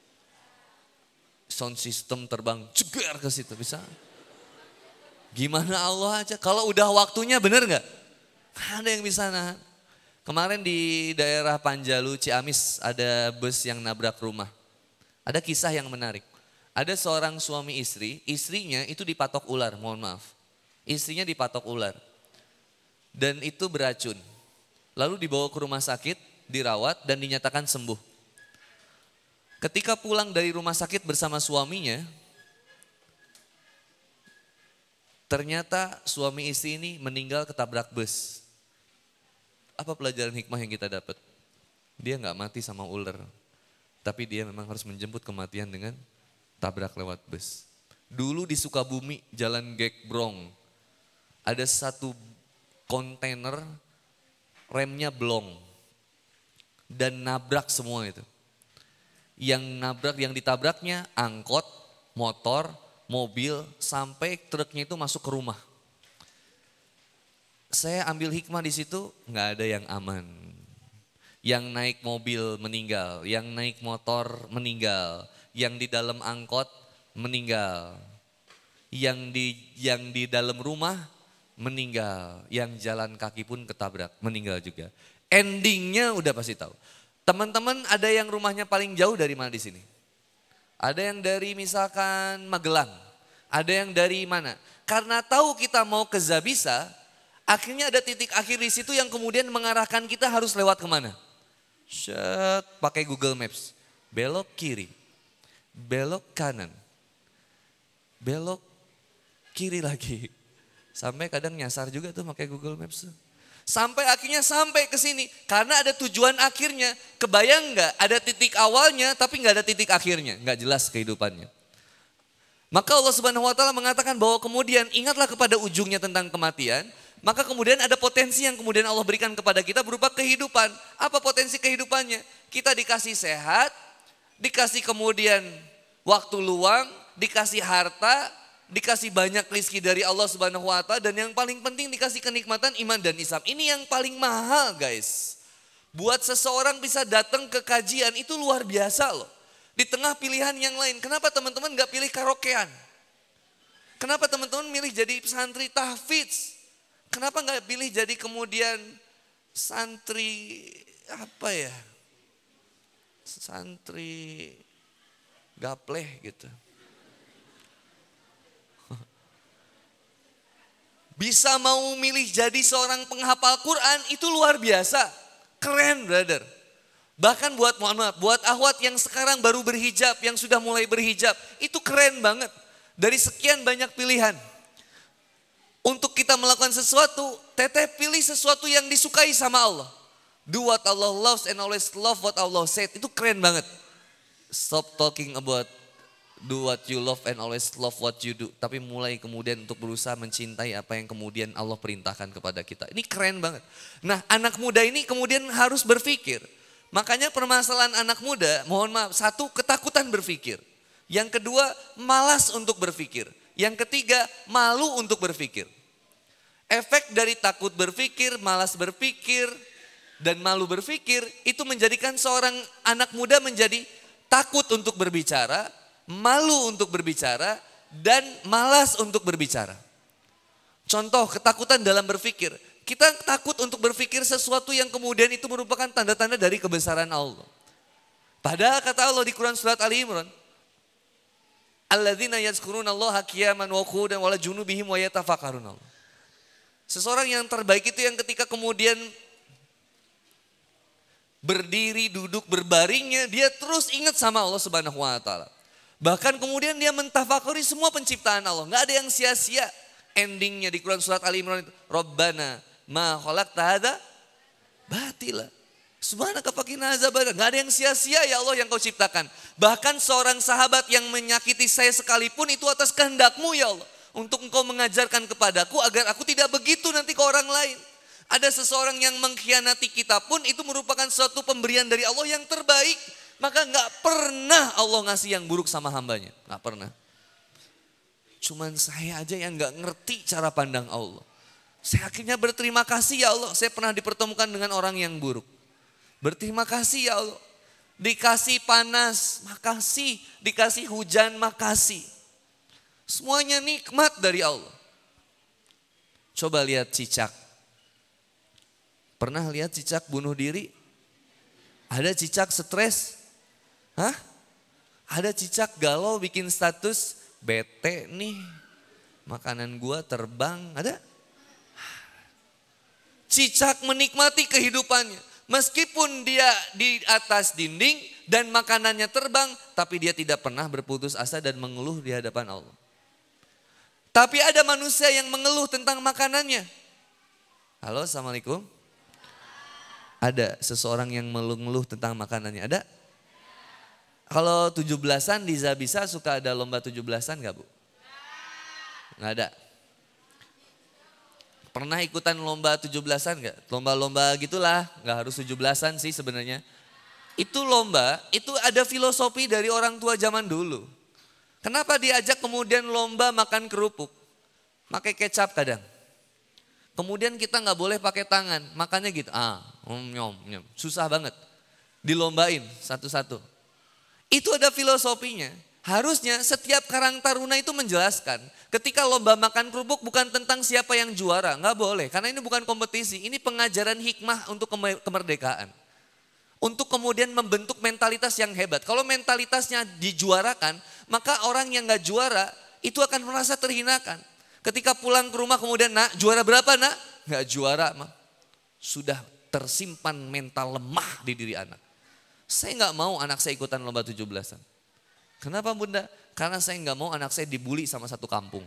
Sound system terbang jeger ke situ, bisa? Gimana Allah aja? Kalau udah waktunya bener nggak? Ada yang bisa nahan. Kemarin di daerah Panjalu, Ciamis ada bus yang nabrak rumah. Ada kisah yang menarik. Ada seorang suami istri, istrinya itu dipatok ular, mohon maaf. Istrinya dipatok ular. Dan itu beracun. Lalu dibawa ke rumah sakit, dirawat dan dinyatakan sembuh. Ketika pulang dari rumah sakit bersama suaminya, ternyata suami istri ini meninggal ketabrak bus. Apa pelajaran hikmah yang kita dapat? Dia nggak mati sama ular, tapi dia memang harus menjemput kematian dengan tabrak lewat bus. Dulu di Sukabumi, Jalan Gekbrong, ada satu kontainer remnya blong dan nabrak semua itu. Yang ditabraknya angkot, motor, mobil, sampai truknya itu masuk ke rumah. Saya ambil hikmah di situ, nggak ada yang aman. Yang naik mobil meninggal, yang naik motor meninggal, yang di dalam angkot meninggal, yang di dalam rumah meninggal, yang jalan kaki pun ketabrak meninggal juga. Endingnya udah pasti tahu. Teman-teman ada yang rumahnya paling jauh dari mana di sini? Ada yang dari misalkan Magelang, ada yang dari mana? Karena tahu kita mau ke Zabisa, akhirnya ada titik akhir di situ yang kemudian mengarahkan kita harus lewat kemana? Set, pakai Google Maps, belok kiri, belok kanan, belok kiri lagi. Sampai kadang nyasar juga tuh pakai Google Maps. Sampai akhirnya sampai ke sini karena ada tujuan akhirnya. Kebayang nggak? Ada titik awalnya tapi nggak ada titik akhirnya, nggak jelas kehidupannya. Maka Allah Subhanahu Wa Taala mengatakan bahwa kemudian ingatlah kepada ujungnya tentang kematian. Maka kemudian ada potensi yang kemudian Allah berikan kepada kita berupa kehidupan. Apa potensi kehidupannya? Kita dikasih sehat, dikasih kemudian waktu luang, dikasih harta, dikasih banyak rezeki dari Allah Subhanahu wa taala, dan yang paling penting dikasih kenikmatan iman dan Islam. Ini yang paling mahal, guys. Buat seseorang bisa datang ke kajian itu luar biasa loh. Di tengah pilihan yang lain. Kenapa teman-teman gak pilih karaokean? Kenapa teman-teman milih jadi santri tahfidz? Kenapa gak pilih jadi kemudian santri apa ya? Santri gapleh gitu. Bisa mau milih jadi seorang penghafal Quran itu luar biasa. Keren brother. Bahkan buat buat akhwat yang sekarang baru berhijab, yang sudah mulai berhijab, itu keren banget. Dari sekian banyak pilihan. Untuk kita melakukan sesuatu, teteh pilih sesuatu yang disukai sama Allah. Do what Allah loves and always love what Allah said. Itu keren banget. Stop talking about do what you love and always love what you do. Tapi mulai kemudian untuk berusaha mencintai apa yang kemudian Allah perintahkan kepada kita. Ini keren banget. Nah, anak muda ini kemudian harus berpikir. Makanya permasalahan anak muda, mohon maaf, satu, ketakutan berpikir. Yang kedua, malas untuk berpikir. Yang ketiga, malu untuk berpikir. Efek dari takut berpikir, malas berpikir, dan malu berpikir itu menjadikan seorang anak muda menjadi takut untuk berbicara, malu untuk berbicara, dan malas untuk berbicara. Contoh ketakutan dalam berpikir. Kita takut untuk berpikir sesuatu yang kemudian itu merupakan tanda-tanda dari kebesaran Allah. Padahal kata Allah di Quran surat Ali Imran, alladzina yazkurunallaha qiyaman wa qu'udan wa 'ala junubihim wa yatafakkarun. Seseorang yang terbaik itu yang ketika kemudian berdiri, duduk, berbaringnya, dia terus ingat sama Allah Subhanahu wa taala. Bahkan kemudian dia mentafakuri semua penciptaan Allah. Nggak ada yang sia-sia. Endingnya di Quran surat Ali Imran itu. Rabbana ma khalaqta hadza batila. Subhanaka faqina azabannar. Nggak ada yang sia-sia ya Allah yang kau ciptakan. Bahkan seorang sahabat yang menyakiti saya sekalipun itu atas kehendakmu ya Allah. Untuk engkau mengajarkan kepadaku agar aku tidak begitu nanti ke orang lain. Ada seseorang yang mengkhianati kita pun itu merupakan suatu pemberian dari Allah yang terbaik. Maka nggak pernah Allah ngasih yang buruk sama hambanya. Nggak pernah. Cuman saya aja yang nggak ngerti cara pandang Allah. Saya akhirnya berterima kasih ya Allah. Saya pernah dipertemukan dengan orang yang buruk. Berterima kasih ya Allah. Dikasih panas, makasih. Dikasih hujan, makasih. Semuanya nikmat dari Allah. Coba lihat cicak. Pernah lihat cicak bunuh diri? Ada cicak stres? Hah? Ada cicak galau bikin status, bete nih. Makanan gua terbang, ada? Cicak menikmati kehidupannya. Meskipun dia di atas dinding dan makanannya terbang, tapi dia tidak pernah berputus asa dan mengeluh di hadapan Allah. Tapi ada manusia yang mengeluh tentang makanannya. Halo, assalamualaikum. Ada seseorang yang mengeluh tentang makanannya, ada? Kalau 17-an di Zabisa suka ada lomba 17-an gak Bu? Gak ada. Pernah ikutan lomba 17-an gak? Lomba-lomba gitulah, gak harus 17-an sih sebenarnya. Itu lomba, itu ada filosofi dari orang tua zaman dulu. Kenapa diajak kemudian lomba makan kerupuk? Pakai kecap kadang. Kemudian kita gak boleh pakai tangan, makannya gitu. Nyom. Susah banget. Dilombain satu-satu. Itu ada filosofinya. Harusnya setiap Karang Taruna itu menjelaskan ketika lomba makan kerupuk bukan tentang siapa yang juara, nggak boleh. Karena ini bukan kompetisi, ini pengajaran hikmah untuk kemerdekaan. Untuk kemudian membentuk mentalitas yang hebat. Kalau mentalitasnya dijuarakan, maka orang yang nggak juara itu akan merasa terhinakan. Ketika pulang ke rumah kemudian, nak juara berapa nak? Nggak juara, sudah tersimpan mental lemah di diri anak. Saya nggak mau anak saya ikutan lomba 17-an. Kenapa Bunda? Karena saya nggak mau anak saya dibully sama satu kampung.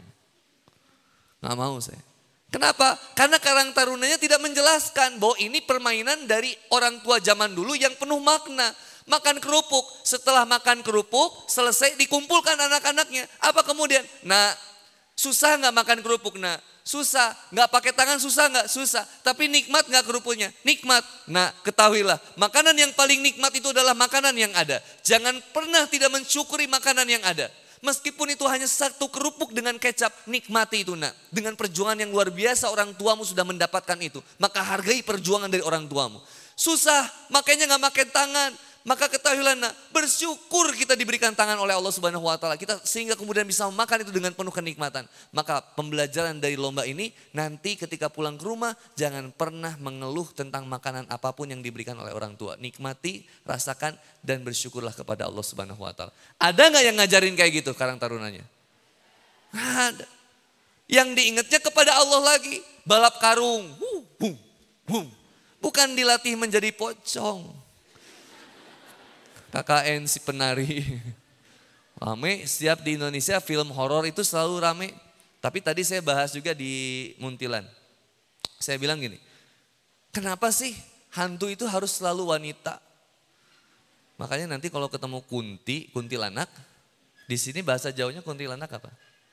Nggak mau saya. Kenapa? Karena Karang Tarunanya tidak menjelaskan bahwa ini permainan dari orang tua zaman dulu yang penuh makna. Makan kerupuk, setelah makan kerupuk selesai dikumpulkan anak-anaknya. Apa kemudian? Nah, susah nggak makan kerupuk? Nah, susah. Nggak pakai tangan susah nggak? Susah. Tapi nikmat nggak kerupuknya? Nikmat. Nah, ketahuilah makanan yang paling nikmat itu adalah makanan yang ada. Jangan pernah tidak mensyukuri makanan yang ada. Meskipun itu hanya satu kerupuk dengan kecap, nikmati itu nak. Dengan perjuangan yang luar biasa orang tuamu sudah mendapatkan itu. Maka hargai perjuangan dari orang tuamu. Susah, makanya nggak pakai tangan. Maka ketahuilah nak, bersyukur kita diberikan tangan oleh Allah Subhanahu wa taala. Kita sehingga kemudian bisa memakan itu dengan penuh kenikmatan. Maka pembelajaran dari lomba ini nanti ketika pulang ke rumah jangan pernah mengeluh tentang makanan apapun yang diberikan oleh orang tua. Nikmati, rasakan dan bersyukurlah kepada Allah Subhanahu wa taala. Ada nggak yang ngajarin kayak gitu Karang Tarunanya? Ada. Yang diingatnya kepada Allah lagi, balap karung. Bukan dilatih menjadi pocong. KKN si penari. Rame, setiap di Indonesia film horor itu selalu rame. Tapi tadi saya bahas juga di Muntilan. Saya bilang gini, kenapa sih hantu itu harus selalu wanita? Makanya nanti kalau ketemu kuntilanak, di sini bahasa Jawanya kuntilanak apa?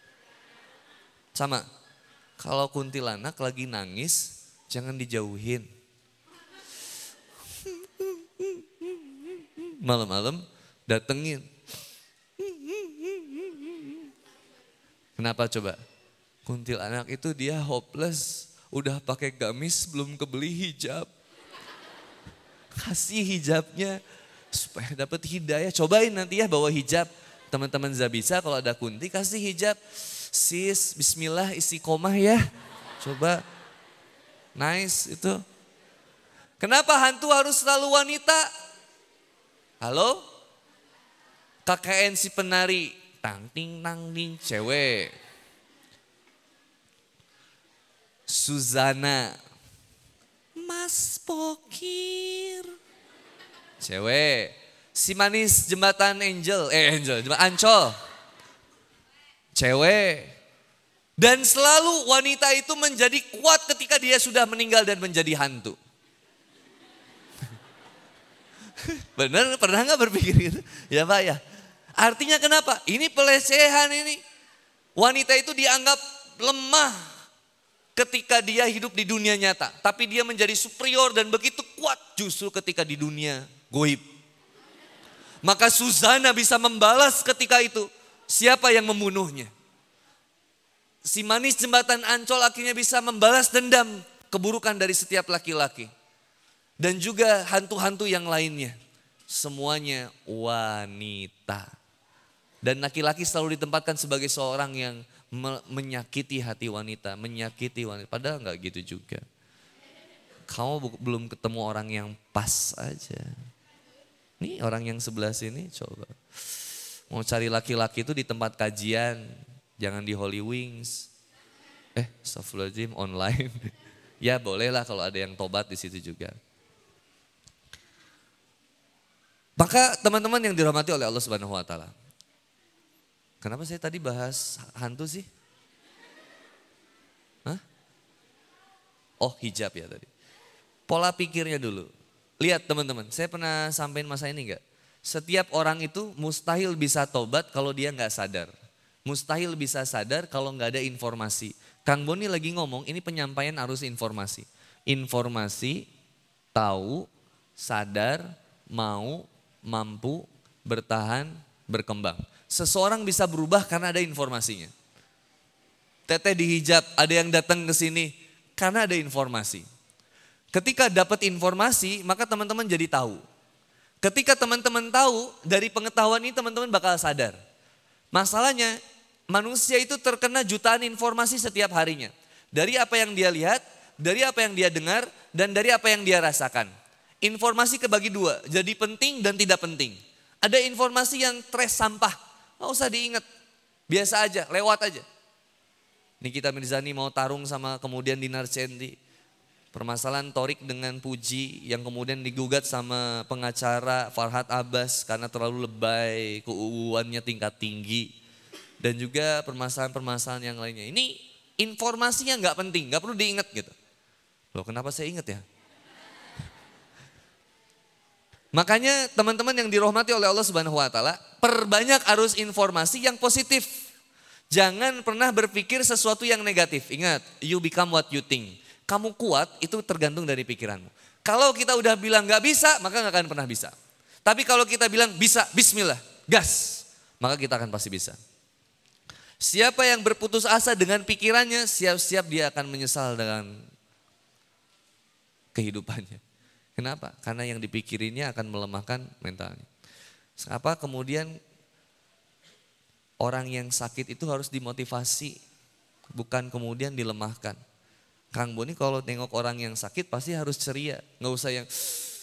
Sama. Kalau kuntilanak lagi nangis, jangan dijauhin. Malam-malam datengin. Kenapa coba? Kuntilanak itu dia hopeless, udah pakai gamis belum kebeli hijab. Kasih hijabnya supaya dapat hidayah. Cobain nanti ya bawa hijab. Teman-teman Zabisa kalau ada kunti kasih hijab. Sis, bismillah istiqomah ya. Coba. Nice itu. Kenapa hantu harus selalu wanita? Halo? KKN si penari, tang ting nang ding cewek. Suzana, Mas Pokir, cewek. Si manis jembatan Ancol. Cewek. Dan selalu wanita itu menjadi kuat ketika dia sudah meninggal dan menjadi hantu. Benar, pernah gak berpikir gitu? Ya Pak ya. Artinya kenapa? Ini pelecehan ini. Wanita itu dianggap lemah ketika dia hidup di dunia nyata. Tapi dia menjadi superior dan begitu kuat justru ketika di dunia goib. Maka Suzana bisa membalas ketika itu siapa yang membunuhnya. Si manis jembatan Ancol akhirnya bisa membalas dendam keburukan dari setiap laki-laki. Dan juga hantu-hantu yang lainnya. Semuanya wanita. Dan laki-laki selalu ditempatkan sebagai seorang yang menyakiti hati wanita. Menyakiti wanita. Padahal enggak gitu juga. Kamu belum ketemu orang yang pas aja. Nih orang yang sebelah sini coba. Mau cari laki-laki itu di tempat kajian. Jangan di Holy Wings. Astagfirullahaladzim online. Ya bolehlah kalau ada yang tobat di situ juga. Maka teman-teman yang dirahmati oleh Allah Subhanahu wa taala. Kenapa saya tadi bahas hantu sih? Hah? Oh hijab ya tadi. Pola pikirnya dulu. Lihat teman-teman, saya pernah sampaikan masa ini enggak? Setiap orang itu mustahil bisa tobat kalau dia enggak sadar. Mustahil bisa sadar kalau enggak ada informasi. Kang Boni lagi ngomong ini penyampaian arus informasi. Informasi, tahu, sadar, mau, mampu, bertahan, berkembang. Seseorang bisa berubah karena ada informasinya. Teteh dihijab, ada yang datang ke sini karena ada informasi. Ketika dapat informasi, maka teman-teman jadi tahu. Ketika teman-teman tahu, dari pengetahuan ini teman-teman bakal sadar. Masalahnya, manusia itu terkena jutaan informasi setiap harinya. Dari apa yang dia lihat, dari apa yang dia dengar, dan dari apa yang dia rasakan. Informasi kebagi dua, jadi penting dan tidak penting. Ada informasi yang trash sampah, nggak usah diingat. Biasa aja, lewat aja. Nikita Mirzani mau tarung sama kemudian Dinar Cendi. Permasalahan Torik dengan Puji yang kemudian digugat sama pengacara Farhad Abbas karena terlalu lebay, keuuannya tingkat tinggi. Dan juga permasalahan-permasalahan yang lainnya. Ini informasinya nggak penting, nggak perlu diingat gitu. Loh kenapa saya ingat ya? Makanya teman-teman yang dirahmati oleh Allah Subhanahu wa taala, perbanyak arus informasi yang positif. Jangan pernah berpikir sesuatu yang negatif. Ingat, you become what you think. Kamu kuat itu tergantung dari pikiranmu. Kalau kita udah bilang gak bisa, maka gak akan pernah bisa. Tapi kalau kita bilang bisa, bismillah, gas, maka kita akan pasti bisa. Siapa yang berputus asa dengan pikirannya, siap-siap dia akan menyesal dengan kehidupannya. Kenapa? Karena yang dipikirinnya akan melemahkan mentalnya. Apa kemudian orang yang sakit itu harus dimotivasi, bukan kemudian dilemahkan. Kang Boni kalau tengok orang yang sakit pasti harus ceria. Gak usah yang,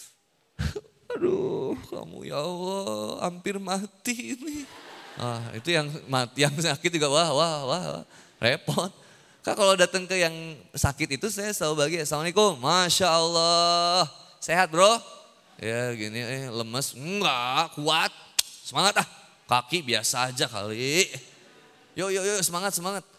aduh kamu ya Allah hampir mati ini. Itu yang mati, yang sakit juga wah, repot. Kak kalau datang ke yang sakit itu saya selalu bahagia. Assalamualaikum, Masya Allah. Sehat bro? Ya gini lemes, enggak kuat. Semangat kaki biasa aja kali. Yuk semangat.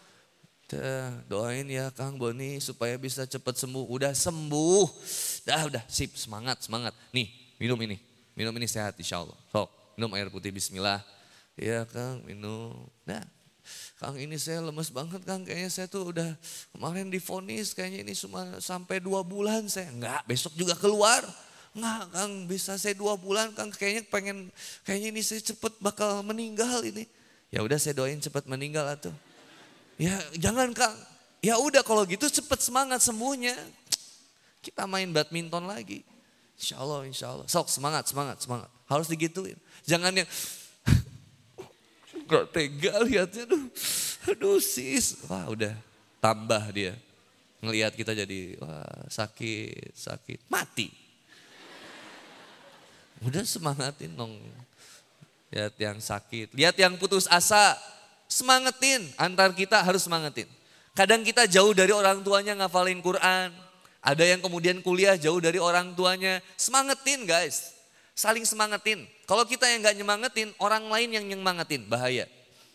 Doain ya Kang Boni supaya bisa cepat sembuh. Udah sembuh. Udah sip semangat. Nih minum ini sehat insya Allah. Sok minum air putih bismillah. Iya Kang minum. Nah Kang ini saya lemes banget Kang. Kayaknya saya tuh udah kemarin divonis kayaknya ini cuma sampai 2 bulan saya. Enggak besok juga keluar. Enggak Kang bisa saya 2 bulan Kang. Kayaknya ini saya cepet bakal meninggal ini. Ya udah saya doain cepet meninggal atuh. Ya jangan Kang, ya udah kalau gitu cepet semangat sembuhnya. Kita main badminton lagi. Insya Allah. Sok semangat. Harus digituin. Jangan yang gak tega lihatnya. Aduh sis. Wah udah tambah dia. Ngelihat kita jadi sakit. Mati. Udah semangatin dong. Lihat yang sakit. Lihat yang putus asa. Semangatin, antar kita harus semangatin. Kadang kita jauh dari orang tuanya ngafalin Quran. Ada yang kemudian kuliah jauh dari orang tuanya. Semangatin guys. Saling semangatin. Kalau kita yang gak nyemangatin, orang lain yang nyemangatin, bahaya.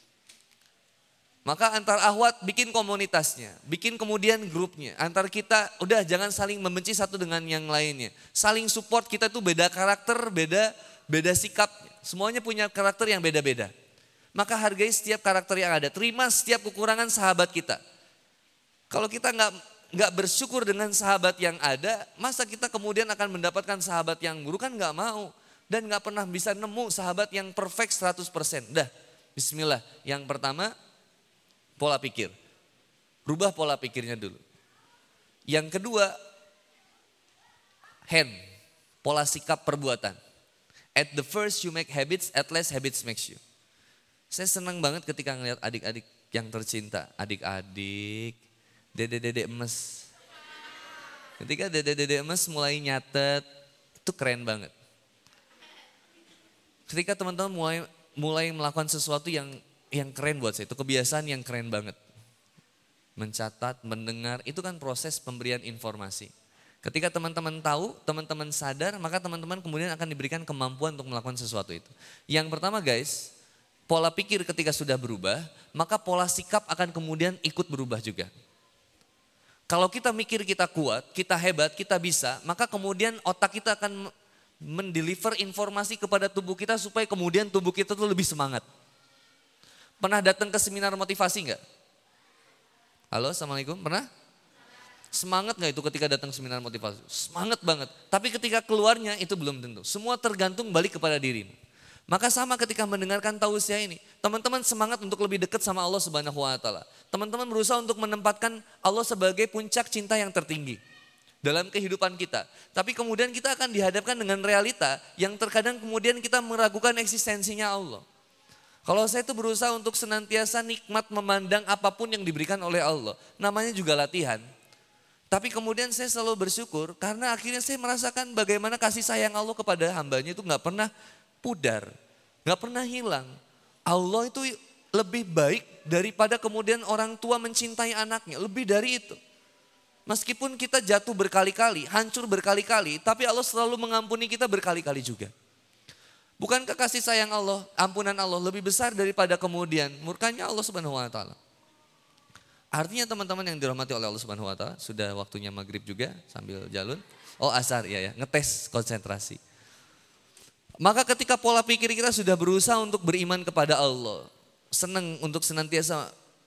Maka antar akhwat bikin komunitasnya, bikin kemudian grupnya. Antar kita udah jangan saling membenci satu dengan yang lainnya. Saling support, kita tuh beda karakter, beda sikap. Semuanya punya karakter yang beda-beda. Maka hargai setiap karakter yang ada. Terima setiap kekurangan sahabat kita. Kalau kita nggak bersyukur dengan sahabat yang ada, masa kita kemudian akan mendapatkan sahabat yang buruk? Kan nggak mau. Dan nggak pernah bisa nemu sahabat yang perfect 100%. Dah, bismillah. Yang pertama, pola pikir. Rubah pola pikirnya dulu. Yang kedua, hand. Pola sikap perbuatan. At the first you make habits, at last habits makes you. Saya senang banget ketika ngeliat adik-adik yang tercinta. Adik-adik, dede-dede emes. Ketika dede-dede emes mulai nyatet, itu keren banget. Ketika teman-teman mulai melakukan sesuatu yang keren buat saya, itu kebiasaan yang keren banget. Mencatat, mendengar, itu kan proses pemberian informasi. Ketika teman-teman tahu, teman-teman sadar, maka teman-teman kemudian akan diberikan kemampuan untuk melakukan sesuatu itu. Yang pertama guys, pola pikir ketika sudah berubah, maka pola sikap akan kemudian ikut berubah juga. Kalau kita mikir kita kuat, kita hebat, kita bisa, maka kemudian otak kita akan mendeliver informasi kepada tubuh kita supaya kemudian tubuh kita tuh lebih semangat. Pernah datang ke seminar motivasi enggak? Halo, assalamualaikum, pernah? Semangat enggak itu ketika datang seminar motivasi? Semangat banget. Tapi ketika keluarnya itu belum tentu. Semua tergantung balik kepada dirimu. Maka sama ketika mendengarkan tausiah ini, teman-teman semangat untuk lebih dekat sama Allah Subhanahu wa taala. Teman-teman berusaha untuk menempatkan Allah sebagai puncak cinta yang tertinggi dalam kehidupan kita. Tapi kemudian kita akan dihadapkan dengan realita yang terkadang kemudian kita meragukan eksistensinya Allah. Kalau saya itu berusaha untuk senantiasa nikmat memandang apapun yang diberikan oleh Allah. Namanya juga latihan. Tapi kemudian saya selalu bersyukur karena akhirnya saya merasakan bagaimana kasih sayang Allah kepada hambanya itu gak pernah pudar. Gak pernah hilang. Allah itu lebih baik daripada kemudian orang tua mencintai anaknya. Lebih dari itu. Meskipun kita jatuh berkali-kali, hancur berkali-kali. Tapi Allah selalu mengampuni kita berkali-kali juga. Bukankah kasih sayang Allah, ampunan Allah lebih besar daripada kemudian murkanya Allah Subhanahu wa taala? Artinya teman-teman yang dirahmati oleh Allah Subhanahu wa taala, sudah waktunya maghrib juga sambil jalun. Oh asar ya, ngetes konsentrasi. Maka ketika pola pikir kita sudah berusaha untuk beriman kepada Allah, senang untuk senantiasa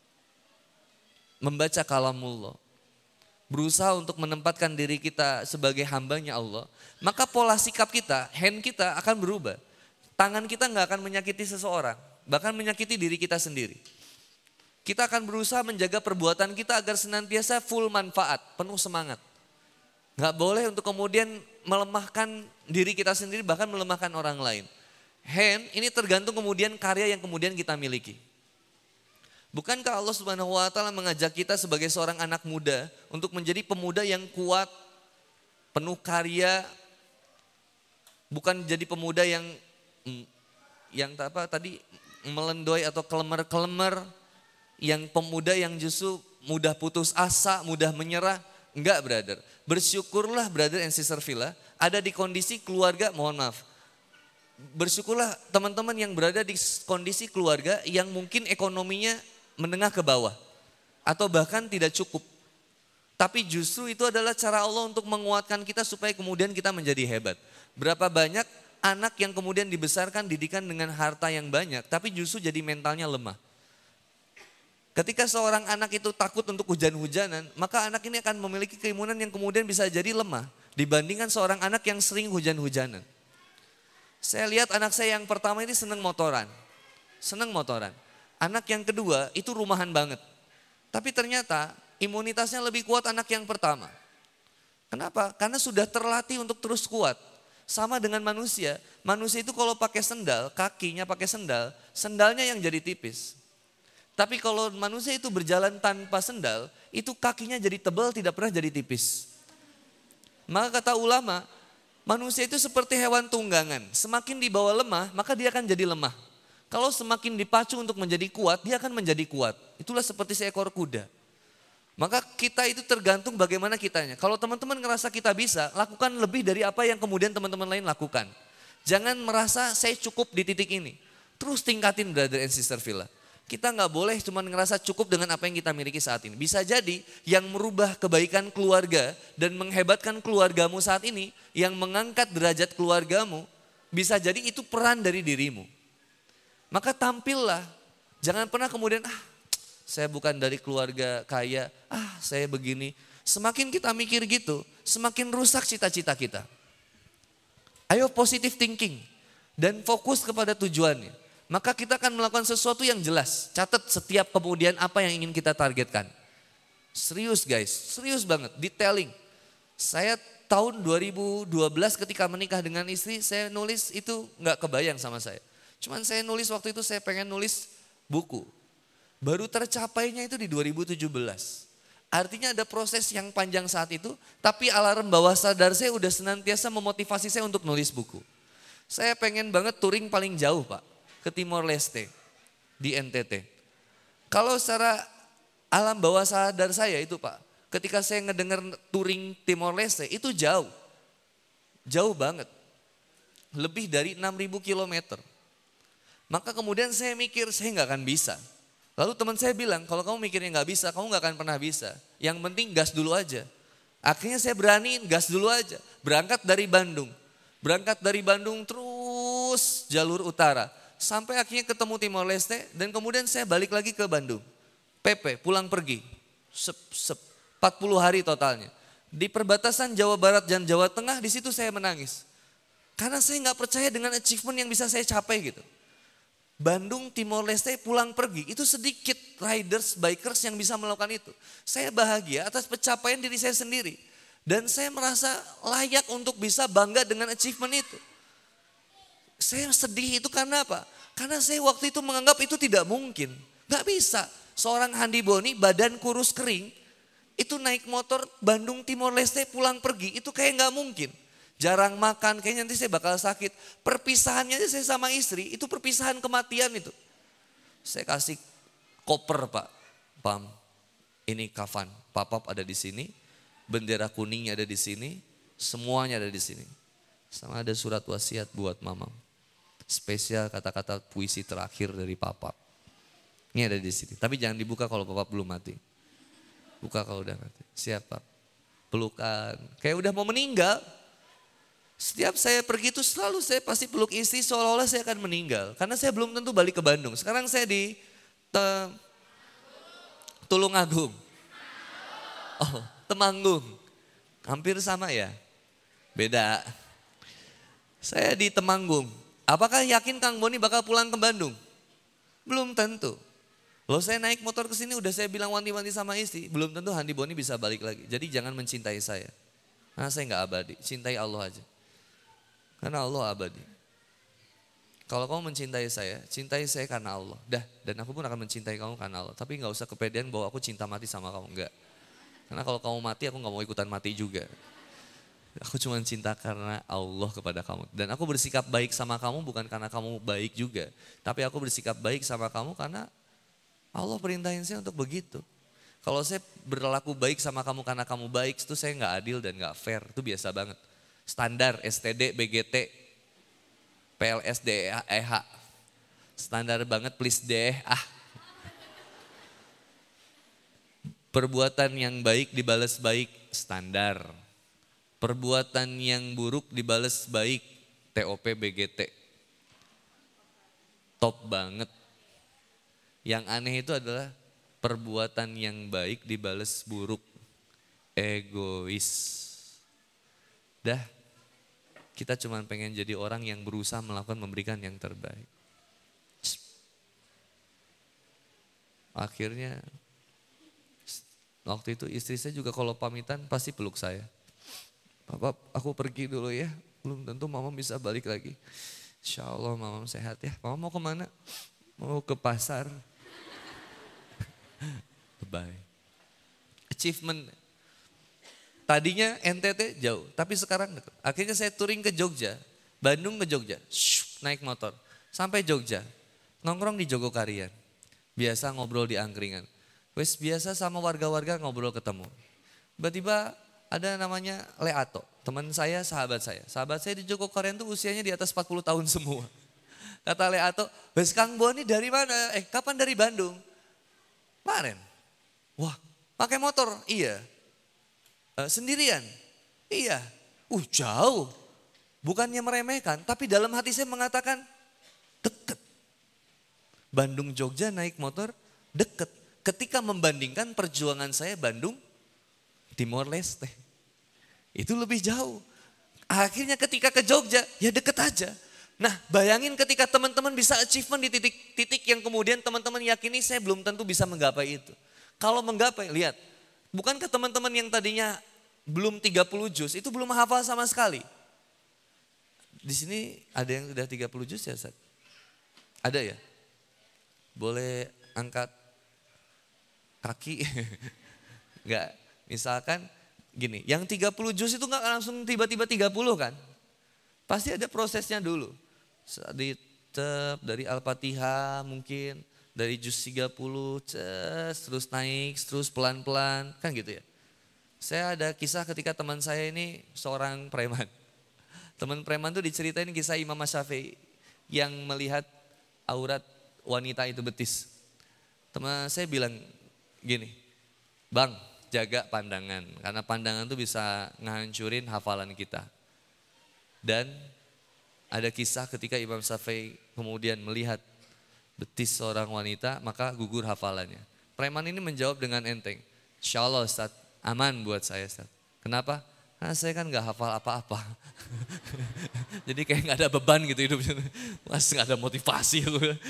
membaca kalamullah, berusaha untuk menempatkan diri kita sebagai hambanya Allah, maka pola sikap kita, hand kita akan berubah. Tangan kita nggak akan menyakiti seseorang, bahkan menyakiti diri kita sendiri. Kita akan berusaha menjaga perbuatan kita agar senantiasa full manfaat, penuh semangat. Nggak boleh untuk kemudian melemahkan diri kita sendiri, bahkan melemahkan orang lain. Hand ini tergantung kemudian karya yang kemudian kita miliki. Bukankah Allah Subhanahu wa taala mengajak kita sebagai seorang anak muda untuk menjadi pemuda yang kuat, penuh karya, bukan jadi pemuda yang melendoi atau kelemer-kelemer, yang pemuda yang justru mudah putus asa, mudah menyerah. Enggak brother, bersyukurlah brother and sister Villa ada di kondisi keluarga, mohon maaf. Bersyukurlah teman-teman yang berada di kondisi keluarga yang mungkin ekonominya menengah ke bawah. Atau bahkan tidak cukup. Tapi justru itu adalah cara Allah untuk menguatkan kita supaya kemudian kita menjadi hebat. Berapa banyak anak yang kemudian dibesarkan didikan dengan harta yang banyak tapi justru jadi mentalnya lemah. Ketika seorang anak itu takut untuk hujan-hujanan, maka anak ini akan memiliki keimunan yang kemudian bisa jadi lemah dibandingkan seorang anak yang sering hujan-hujanan. Saya lihat anak saya yang pertama ini senang motoran. Anak yang kedua itu rumahan banget. Tapi ternyata imunitasnya lebih kuat anak yang pertama. Kenapa? Karena sudah terlatih untuk terus kuat. Sama dengan manusia. Manusia itu kalau pakai sendal, kakinya pakai sendal, sendalnya yang jadi tipis. Tapi kalau manusia itu berjalan tanpa sendal, itu kakinya jadi tebal, tidak pernah jadi tipis. Maka kata ulama, manusia itu seperti hewan tunggangan. Semakin dibawa lemah, maka dia akan jadi lemah. Kalau semakin dipacu untuk menjadi kuat, dia akan menjadi kuat. Itulah seperti seekor kuda. Maka kita itu tergantung bagaimana kitanya. Kalau teman-teman ngerasa kita bisa, lakukan lebih dari apa yang kemudian teman-teman lain lakukan. Jangan merasa saya cukup di titik ini. Terus tingkatin brother and sister Villa. Kita nggak boleh cuma ngerasa cukup dengan apa yang kita miliki saat ini. Bisa jadi yang merubah kebaikan keluarga dan menghebatkan keluargamu saat ini, yang mengangkat derajat keluargamu, bisa jadi itu peran dari dirimu. Maka tampillah, jangan pernah kemudian saya bukan dari keluarga kaya, saya begini. Semakin kita mikir gitu, semakin rusak cita-cita kita. Ayo positive thinking dan fokus kepada tujuannya. Maka kita akan melakukan sesuatu yang jelas. Catat setiap kemudian apa yang ingin kita targetkan. Serius guys, serius banget, detailing. Saya tahun 2012 ketika menikah dengan istri, saya nulis itu gak kebayang sama saya. Cuman saya nulis waktu itu saya pengen nulis buku. Baru tercapainya itu di 2017. Artinya ada proses yang panjang saat itu, tapi alarm bawah sadar saya udah senantiasa memotivasi saya untuk nulis buku. Saya pengen banget touring paling jauh Pak, ke Timor Leste, di NTT. Kalau secara alam bawah sadar saya itu Pak, ketika saya ngedengar touring Timor Leste itu jauh. Jauh banget. Lebih dari 6.000 kilometer. Maka kemudian saya mikir saya nggak akan bisa. Lalu teman saya bilang, kalau kamu mikirnya nggak bisa, kamu nggak akan pernah bisa. Yang penting gas dulu aja. Akhirnya saya beraniin gas dulu aja. Berangkat dari Bandung. Berangkat dari Bandung terus jalur utara. Sampai akhirnya ketemu Timor Leste dan kemudian saya balik lagi ke Bandung. PP, pulang pergi. 40 hari totalnya. Di perbatasan Jawa Barat dan Jawa Tengah, di situ saya menangis. Karena saya nggak percaya dengan achievement yang bisa saya capai gitu. Bandung, Timor Leste, pulang pergi. Itu sedikit riders, bikers yang bisa melakukan itu. Saya bahagia atas pencapaian diri saya sendiri. Dan saya merasa layak untuk bisa bangga dengan achievement itu. Saya sedih itu karena apa? Karena saya waktu itu menganggap itu tidak mungkin. Gak bisa. Seorang Handi Boni, badan kurus kering, itu naik motor Bandung, Timor Leste, pulang pergi. Itu kayak gak mungkin. Jarang makan, kayaknya nanti saya bakal sakit. Perpisahannya aja saya sama istri, itu perpisahan kematian itu. Saya kasih koper Pak, Pam, ini kafan, papap ada di sini, bendera kuningnya ada di sini, semuanya ada di sini. Sama ada surat wasiat buat mamam. Spesial kata-kata puisi terakhir dari papap. Ini ada di sini, tapi jangan dibuka kalau papap belum mati. Buka kalau udah mati. Siapa? Pelukan, kayak udah mau meninggal. Setiap saya pergi itu selalu saya pasti peluk istri seolah-olah saya akan meninggal. Karena saya belum tentu balik ke Bandung. Sekarang saya di Tulungagung. Oh, Temanggung. Hampir sama ya? Beda. Saya di Temanggung. Apakah yakin Kang Boni bakal pulang ke Bandung? Belum tentu. Loh saya naik motor ke sini udah saya bilang wanti-wanti sama istri. Belum tentu Handi Boni bisa balik lagi. Jadi jangan mencintai saya. Karena saya gak abadi. Cintai Allah aja. Karena Allah abadi. Kalau kamu mencintai saya, cintai saya karena Allah. Dah, dan aku pun akan mencintai kamu karena Allah. Tapi gak usah kepedean bahwa aku cinta mati sama kamu, enggak. Karena kalau kamu mati, aku gak mau ikutan mati juga. Aku cuma cinta karena Allah kepada kamu. Dan aku bersikap baik sama kamu bukan karena kamu baik juga. Tapi aku bersikap baik sama kamu karena Allah perintahin saya untuk begitu. Kalau saya berlaku baik sama kamu karena kamu baik, itu saya gak adil dan gak fair. Itu biasa banget. Standar STD, BGT, PLS, DEH. Standar banget please deh. Perbuatan yang baik dibalas baik, standar. Perbuatan yang buruk dibalas baik, TOP, BGT. Top banget. Yang aneh itu adalah perbuatan yang baik dibalas buruk, egois. Dah, kita cuma pengen jadi orang yang berusaha memberikan yang terbaik. Akhirnya waktu itu istri saya juga kalau pamitan pasti peluk saya. Papa aku pergi dulu ya, belum tentu mama bisa balik lagi. Insya Allah mama sehat ya. Mama mau kemana? Mau ke pasar. Bye. Achievement. Tadinya NTT jauh, tapi sekarang dekat. Akhirnya saya touring ke Jogja, Bandung ke Jogja, naik motor. Sampai Jogja, nongkrong di Jogokarian. Biasa ngobrol di angkringan. Wes biasa sama warga-warga ngobrol ketemu. Tiba-tiba ada namanya Leato. Teman saya, sahabat saya. Sahabat saya di Joko Korean tuh usianya di atas 40 tahun semua. Kata Leato, "Wes Kang Boni dari mana? Kapan dari Bandung?" "Kemarin." "Wah, pakai motor?" "Iya." "Sendirian?" "Iya." Jauh." Bukannya meremehkan, tapi dalam hati saya mengatakan deket. Bandung Jogja naik motor deket. Ketika membandingkan perjuangan saya Bandung Timor Leste. Itu lebih jauh. Akhirnya ketika ke Jogja, ya deket aja. Nah, bayangin ketika teman-teman bisa achievement di titik-titik yang kemudian teman-teman yakini saya belum tentu bisa menggapai itu. Kalau menggapai, lihat. Bukankah teman-teman yang tadinya belum 30 juz, itu belum hafal sama sekali. Di sini ada yang sudah 30 juz ya, Ustaz? Ada ya? Boleh angkat kaki? Enggak, misalkan gini, yang 30 juz itu enggak langsung tiba-tiba 30 kan? Pasti ada prosesnya dulu. Dari Al-Fatihah mungkin, dari juz 30, terus naik, terus pelan-pelan, kan gitu ya. Saya ada kisah ketika teman saya ini seorang preman. Teman preman tuh diceritain kisah Imam Syafi'i yang melihat aurat wanita itu betis. Teman saya bilang gini, "Bang, jaga pandangan, karena pandangan tuh bisa ngehancurin hafalan kita." Dan ada kisah ketika Imam Syafi'i kemudian melihat betis seorang wanita, maka gugur hafalannya. Preman ini menjawab dengan enteng, "Insya Allah Ustaz, aman buat saya Ustaz." Kenapa? Karena saya kan gak hafal apa-apa. Jadi kayak gak ada beban gitu hidupnya. Mas gak ada motivasi.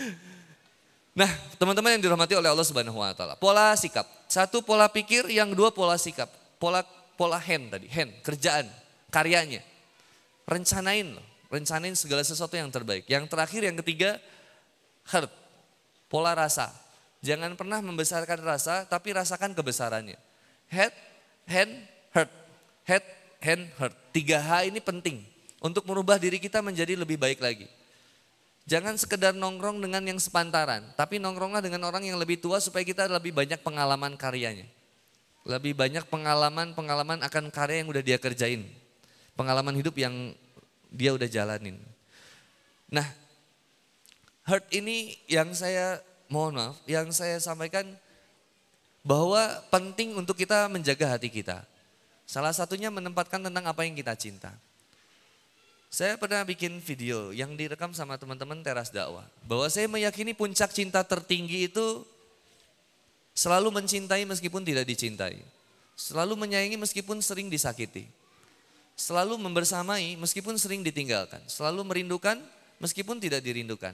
Nah, teman-teman yang dirahmati oleh Allah Subhanahu wa taala. Pola sikap. Satu pola pikir, yang dua pola sikap. Pola hand tadi, hand, kerjaan, karyanya. Rencanain loh, rencanain segala sesuatu yang terbaik. Yang terakhir, yang ketiga, heart. Pola rasa. Jangan pernah membesarkan rasa, tapi rasakan kebesarannya. Head, hand, heart. Head, hand, heart. 3H ini penting untuk merubah diri kita menjadi lebih baik lagi. Jangan sekedar nongkrong dengan yang sepantaran, tapi nongkronglah dengan orang yang lebih tua supaya kita lebih banyak pengalaman karyanya. Lebih banyak pengalaman akan karya yang udah dia kerjain. Pengalaman hidup yang dia udah jalanin. Nah, heart ini yang saya, mohon maaf, yang saya sampaikan bahwa penting untuk kita menjaga hati kita. Salah satunya menempatkan tentang apa yang kita cinta. Saya pernah bikin video yang direkam sama teman-teman Teras Dakwah. Bahwa saya meyakini puncak cinta tertinggi itu selalu mencintai meskipun tidak dicintai. Selalu menyayangi meskipun sering disakiti. Selalu membersamai meskipun sering ditinggalkan. Selalu merindukan meskipun tidak dirindukan.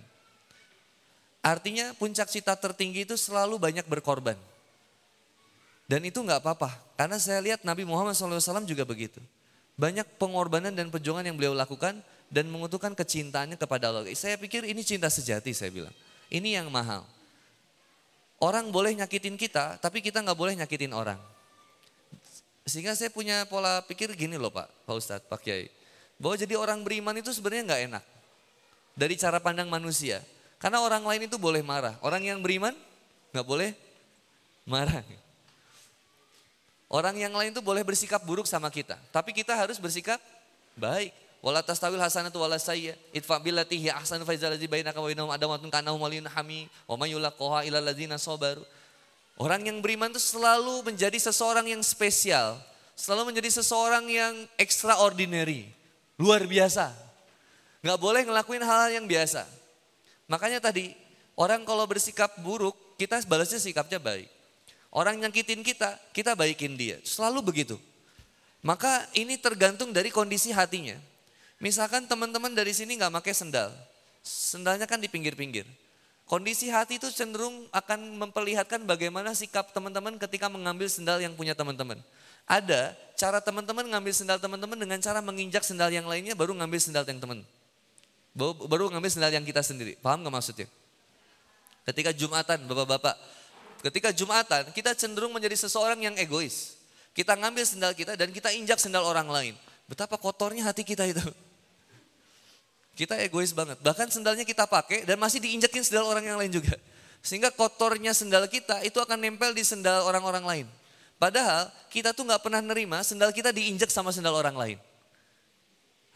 Artinya puncak cinta tertinggi itu selalu banyak berkorban. Dan itu gak apa-apa, karena saya lihat Nabi Muhammad SAW juga begitu. Banyak pengorbanan dan perjuangan yang beliau lakukan dan mengutuhkan kecintaannya kepada Allah. Saya pikir ini cinta sejati, saya bilang. Ini yang mahal. Orang boleh nyakitin kita, tapi kita gak boleh nyakitin orang. Sehingga saya punya pola pikir gini loh Pak Ustadz, Pak Kiai. Bahwa jadi orang beriman itu sebenarnya gak enak. Dari cara pandang manusia. Karena orang lain itu boleh marah. Orang yang beriman gak boleh marah. Orang yang lain itu boleh bersikap buruk sama kita, tapi kita harus bersikap baik. Wala tastawil hasanatu wala sayyi'ah, idfa' billati hiya ahsanu fa idzal ladzi bainaka wa bainahum adawatun ka'annahu waliyyun hamim wa may yulaqaha illal ladzina sabaru. Orang yang beriman itu selalu menjadi seseorang yang spesial, selalu menjadi seseorang yang extraordinary, luar biasa. Gak boleh ngelakuin hal yang biasa. Makanya tadi, orang kalau bersikap buruk, kita balasnya sikapnya baik. Orang nyakitin kita, kita baikin dia. Selalu begitu. Maka ini tergantung dari kondisi hatinya. Misalkan teman-teman dari sini gak pakai sendal. Sendalnya kan di pinggir-pinggir. Kondisi hati itu cenderung akan memperlihatkan bagaimana sikap teman-teman ketika mengambil sendal yang punya teman-teman. Ada cara teman-teman ngambil sendal teman-teman dengan cara menginjak sendal yang lainnya baru ngambil sendal yang teman. Baru ngambil sendal yang kita sendiri. Paham gak maksudnya? Ketika Jumatan, bapak-bapak. Ketika Jumatan, kita cenderung menjadi seseorang yang egois. Kita ngambil sendal kita dan kita injak sendal orang lain. Betapa kotornya hati kita itu. Kita egois banget. Bahkan sendalnya kita pakai dan masih diinjakin sendal orang yang lain juga. Sehingga kotornya sendal kita itu akan nempel di sendal orang-orang lain. Padahal kita tuh gak pernah nerima sendal kita diinjak sama sendal orang lain.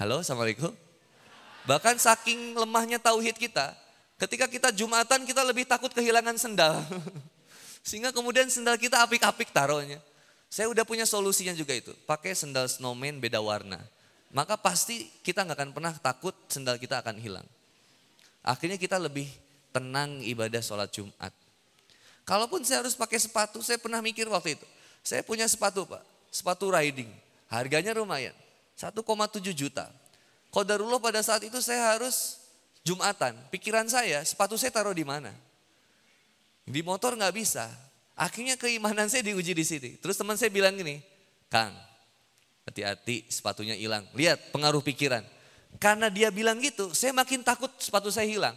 Halo, Assalamualaikum. Bahkan saking lemahnya tauhid kita, ketika kita Jumatan kita lebih takut kehilangan sendal. Sehingga kemudian sendal kita apik-apik taruhnya. Saya udah punya solusinya juga itu, pakai sendal snowman beda warna. Maka pasti kita nggak akan pernah takut sendal kita akan hilang. Akhirnya kita lebih tenang ibadah sholat Jumat. Kalaupun saya harus pakai sepatu, saya pernah mikir waktu itu. Saya punya sepatu Pak, sepatu riding. Harganya lumayan, 1,7 juta. Qadarullah pada saat itu saya harus Jumatan. Pikiran saya, sepatu saya taruh di mana? Di motor nggak bisa. Akhirnya keimanan saya diuji di sini. Terus teman saya bilang gini, Kang, hati-hati sepatunya hilang. Lihat pengaruh pikiran. Karena dia bilang gitu, saya makin takut sepatu saya hilang.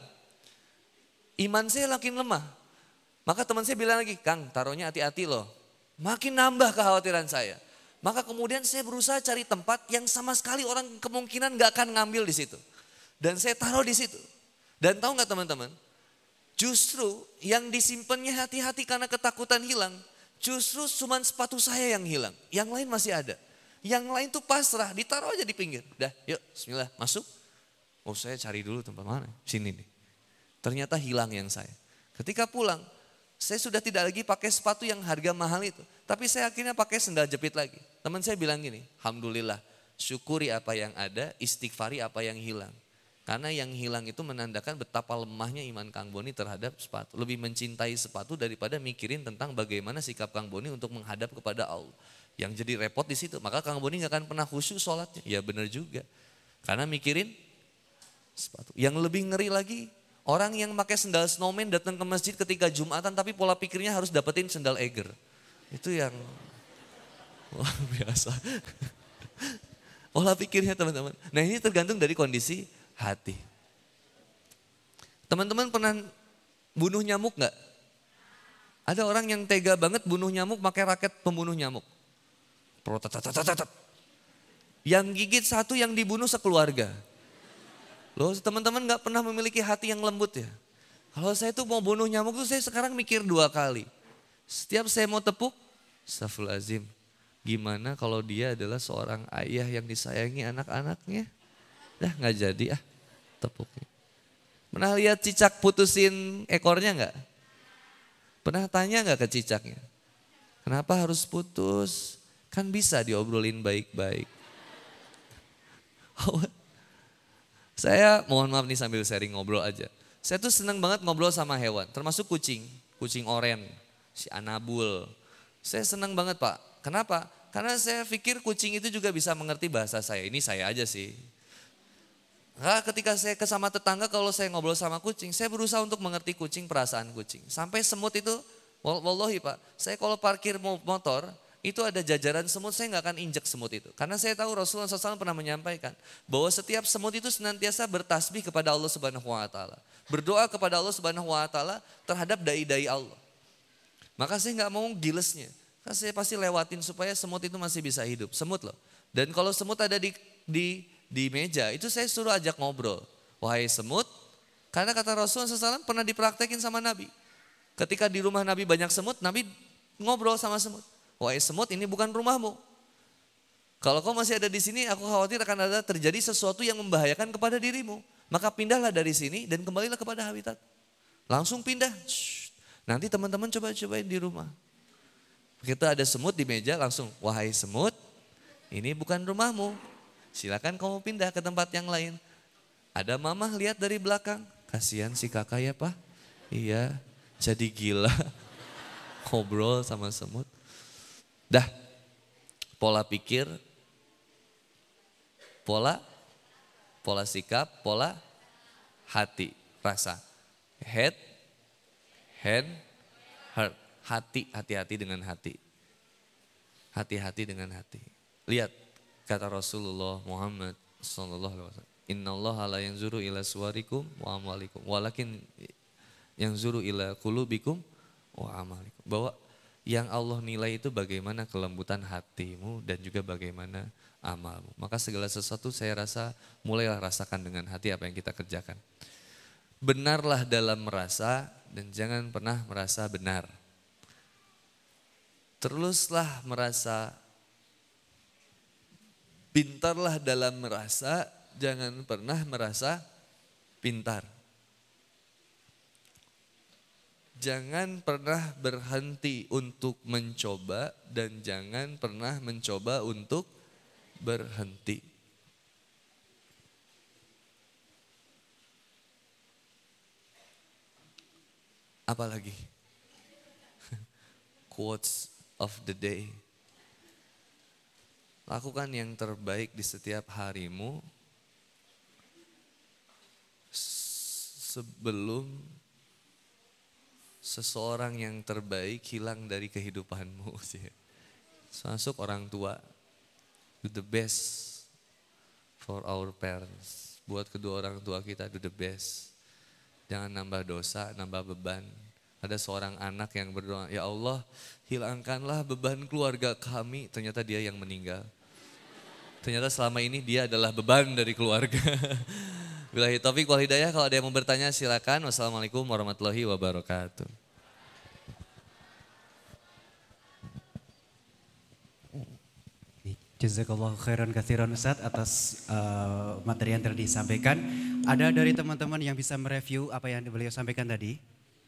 Iman saya makin lemah. Maka teman saya bilang lagi, Kang taruhnya hati-hati loh. Makin nambah kekhawatiran saya. Maka kemudian saya berusaha cari tempat yang sama sekali orang kemungkinan gak akan ngambil di situ. Dan saya taruh di situ. Dan tahu gak teman-teman? Justru yang disimpannya hati-hati karena ketakutan hilang. Justru cuma sepatu saya yang hilang. Yang lain masih ada. Yang lain tuh pasrah, ditaruh aja di pinggir. Udah yuk bismillah masuk. Oh saya cari dulu tempat mana? Sini nih. Ternyata hilang yang saya. Ketika pulang, saya sudah tidak lagi pakai sepatu yang harga mahal itu. Tapi saya akhirnya pakai sendal jepit lagi. Teman saya bilang gini, alhamdulillah syukuri apa yang ada, istighfari apa yang hilang. Karena yang hilang itu menandakan betapa lemahnya iman Kang Boni terhadap sepatu. Lebih mencintai sepatu daripada mikirin tentang bagaimana sikap Kang Boni untuk menghadap kepada Allah. Yang jadi repot di situ, maka Kang Boni gak akan pernah khusyuk sholatnya. Ya benar juga. Karena mikirin sepatu. Yang lebih ngeri lagi, orang yang pakai sendal snowman datang ke masjid ketika Jumatan tapi pola pikirnya harus dapetin sendal Eiger. Itu yang luar biasa. Pola pikirnya teman-teman. Nah ini tergantung dari kondisi hati. Teman-teman pernah bunuh nyamuk gak? Ada orang yang tega banget bunuh nyamuk pakai raket pembunuh nyamuk. Yang gigit satu yang dibunuh sekeluarga. Loh teman-teman gak pernah memiliki hati yang lembut ya? Kalau saya tuh mau bunuh nyamuk tuh saya sekarang mikir 2 kali. Setiap saya mau tepuk, astagfirullahaladzim. Gimana kalau dia adalah seorang ayah yang disayangi anak-anaknya? Dah gak jadi tepuknya. Pernah lihat cicak putusin ekornya gak? Pernah tanya gak ke cicaknya? Kenapa harus putus? Kan bisa diobrolin baik-baik. Saya mohon maaf nih sambil sharing ngobrol aja. Saya tuh senang banget ngobrol sama hewan, termasuk kucing. Kucing oren, si Anabul. Saya senang banget Pak. Kenapa? Karena saya pikir kucing itu juga bisa mengerti bahasa saya. Ini saya aja sih. Nah, ketika saya sama tetangga kalau saya ngobrol sama kucing, saya berusaha untuk mengerti kucing, perasaan kucing. Sampai semut itu, wallahi Pak, saya kalau parkir motor, itu ada jajaran semut, saya nggak akan injek semut itu. Karena saya tahu Rasulullah SAW pernah menyampaikan bahwa setiap semut itu senantiasa bertasbih kepada Allah Subhanahu Wa Taala, berdoa kepada Allah Subhanahu Wa Taala terhadap dai-dai Allah. Maka saya nggak mau gilesnya, karena saya pasti lewatin supaya semut itu masih bisa hidup. Semut loh. Dan kalau semut ada di meja, itu saya suruh ajak ngobrol. Wahai semut, karena kata Rasulullah SAW pernah dipraktekin sama Nabi. Ketika di rumah Nabi banyak semut, Nabi ngobrol sama semut. Wahai semut, ini bukan rumahmu. Kalau kau masih ada di sini, aku khawatir akan ada terjadi sesuatu yang membahayakan kepada dirimu. Maka pindahlah dari sini dan kembalilah kepada habitat. Langsung pindah. Nanti teman-teman coba-cobain di rumah. Kita ada semut di meja, langsung, wahai semut, ini bukan rumahmu. Silakan kamu pindah ke tempat yang lain. Ada mamah lihat dari belakang. Kasihan si kakak ya Pak. Iya, jadi gila. Ngobrol sama semut. Dah, pola pikir, pola sikap, pola hati, rasa. Head, hand, heart. Hati-hati dengan hati. Hati-hati dengan hati. Lihat kata Rasulullah Muhammad SAW. Innallaha la yanzuru ila suwarikum wa amwalikum. Walakin yanzuru ila qulubikum wa amalikum. Bahwa yang Allah nilai itu bagaimana kelembutan hatimu dan juga bagaimana amalmu. Maka segala sesuatu saya rasa mulailah rasakan dengan hati apa yang kita kerjakan. Benarlah dalam merasa dan jangan pernah merasa benar. Teruslah merasa Pintarlah dalam merasa, jangan pernah merasa pintar. Jangan pernah berhenti untuk mencoba dan jangan pernah mencoba untuk berhenti. Apalagi? Quotes of the day. Lakukan yang terbaik di setiap harimu sebelum seseorang yang terbaik hilang dari kehidupanmu. Masuk orang tua, do the best for our parents. Buat kedua orang tua kita, do the best. Jangan nambah dosa, nambah beban. Ada seorang anak yang berdoa, ya Allah hilangkanlah beban keluarga kami. Ternyata dia yang meninggal. Ternyata selama ini dia adalah beban dari keluarga. Billahi taufiq wal hidayah. Kalau ada yang mau bertanya silakan. Wassalamualaikum warahmatullahi wabarakatuh. Jazakallahu khairan katsiran Ustaz atas materi yang telah disampaikan. Ada dari teman-teman yang bisa mereview apa yang beliau sampaikan tadi?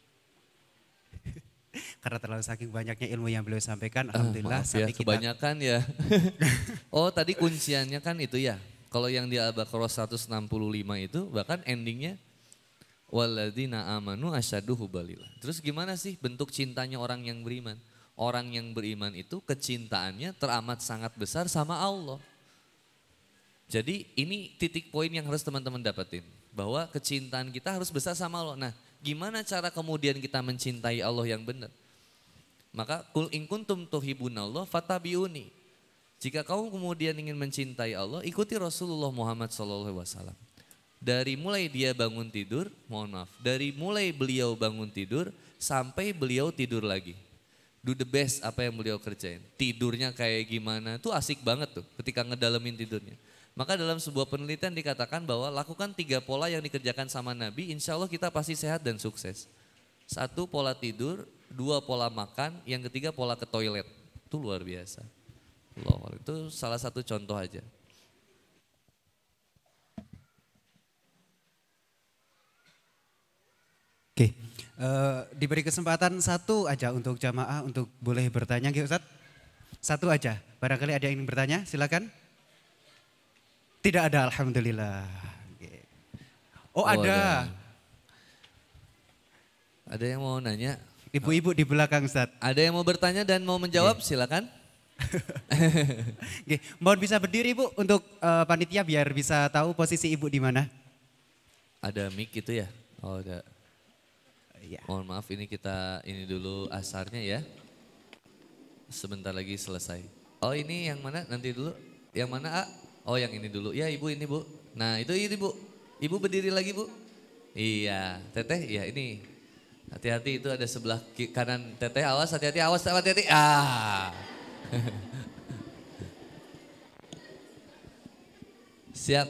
Karena terlalu saking banyaknya ilmu yang beliau sampaikan, alhamdulillah maaf ya, kebanyakan ya. Oh tadi kunciannya kan itu ya. Kalau yang di Al-Baqarah 165 itu bahkan endingnya walladzina amanu asyaddu hubbalillah. Terus gimana sih bentuk cintanya orang yang beriman? Orang yang beriman itu kecintaannya teramat sangat besar sama Allah. Jadi ini titik poin yang harus teman-teman dapetin. Bahwa kecintaan kita harus besar sama Allah. Nah gimana cara kemudian kita mencintai Allah yang benar? Maka kul in kuntum tuhibunallah fatabiuni. Jika kamu kemudian ingin mencintai Allah, ikuti Rasulullah Muhammad SAW. Dari mulai dia bangun tidur, mohon maaf, dari mulai beliau bangun tidur sampai beliau tidur lagi. Do the best apa yang beliau kerjain. Tidurnya kayak gimana, itu asik banget tuh ketika ngedalemin tidurnya. Maka dalam sebuah penelitian dikatakan bahwa lakukan 3 pola yang dikerjakan sama Nabi, insya Allah kita pasti sehat dan sukses. 1 pola tidur, 2 pola makan, yang ketiga pola ke toilet. Itu luar biasa. Allah, itu salah satu contoh aja. Oke, diberi kesempatan 1 aja untuk jamaah untuk boleh bertanya, Ustaz. 1 aja, barangkali ada yang ingin bertanya, silakan. Tidak ada, alhamdulillah. Oh ada. Ada yang mau nanya? Ibu-ibu di belakang Ustaz. Ada yang mau bertanya dan mau menjawab, silakan. Oke, mohon bisa berdiri Bu untuk panitia biar bisa tahu posisi Ibu di mana. Ada mic gitu ya? Oh ada. Ya. Mohon maaf ini kita ini dulu asarnya ya. Sebentar lagi selesai. Oh ini yang mana nanti dulu? Yang mana A? Oh yang ini dulu. Ya ibu ini bu. Nah itu ini bu. Ibu berdiri lagi bu. Iya. Teteh ya ini. Hati-hati itu ada sebelah kanan teteh. Awas hati-hati. Awas hati-hati. Ah. Siap.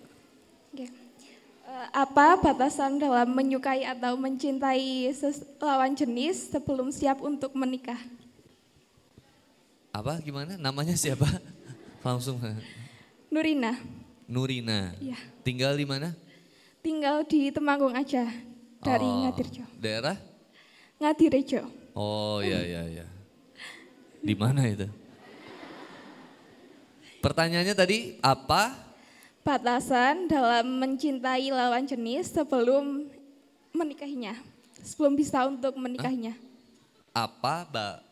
Apa batasan dalam menyukai atau mencintai lawan jenis sebelum siap untuk menikah? Apa gimana? Namanya siapa? Langsung. Nurina. Nurina. Iya. Tinggal di mana? Tinggal di Temanggung aja, dari Ngadirjo. Daerah? Ngadirejo. Oh iya. Di mana itu? Pertanyaannya tadi apa? Batasan dalam mencintai lawan jenis sebelum menikahinya, sebelum bisa untuk menikahinya. Apa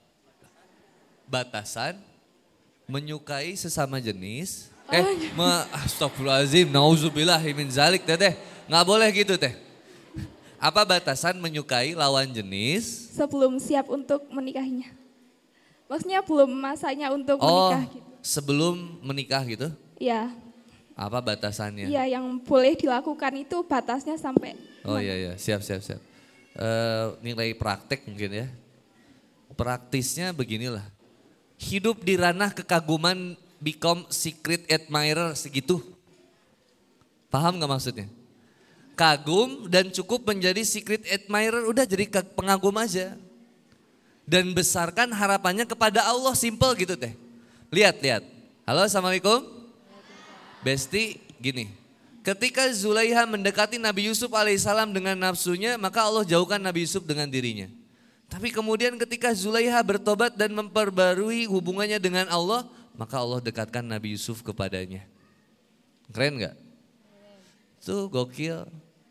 batasan menyukai sesama jenis? Astagfirullahaladzim, nauzubillahimin zalik teteh. Nggak boleh gitu teh. Apa batasan menyukai lawan jenis? Sebelum siap untuk menikahinya. Maksudnya belum masanya untuk menikah gitu. Sebelum menikah gitu? Iya. Apa batasannya? Iya, yang boleh dilakukan itu batasnya sampai. Oh iya, siap. Nilai praktek mungkin ya. Praktisnya beginilah. Hidup di ranah kekaguman become secret admirer segitu. Paham gak maksudnya? Kagum dan cukup menjadi secret admirer, udah jadi pengagum aja. Dan besarkan harapannya kepada Allah, simple gitu teh. Lihat. Halo, assalamualaikum. Besti gini, ketika Zulaiha mendekati Nabi Yusuf alaihissalam dengan nafsunya, maka Allah jauhkan Nabi Yusuf dengan dirinya. Tapi kemudian ketika Zulaiha bertobat dan memperbarui hubungannya dengan Allah, maka Allah dekatkan Nabi Yusuf kepadanya. Keren gak? Itu gokil.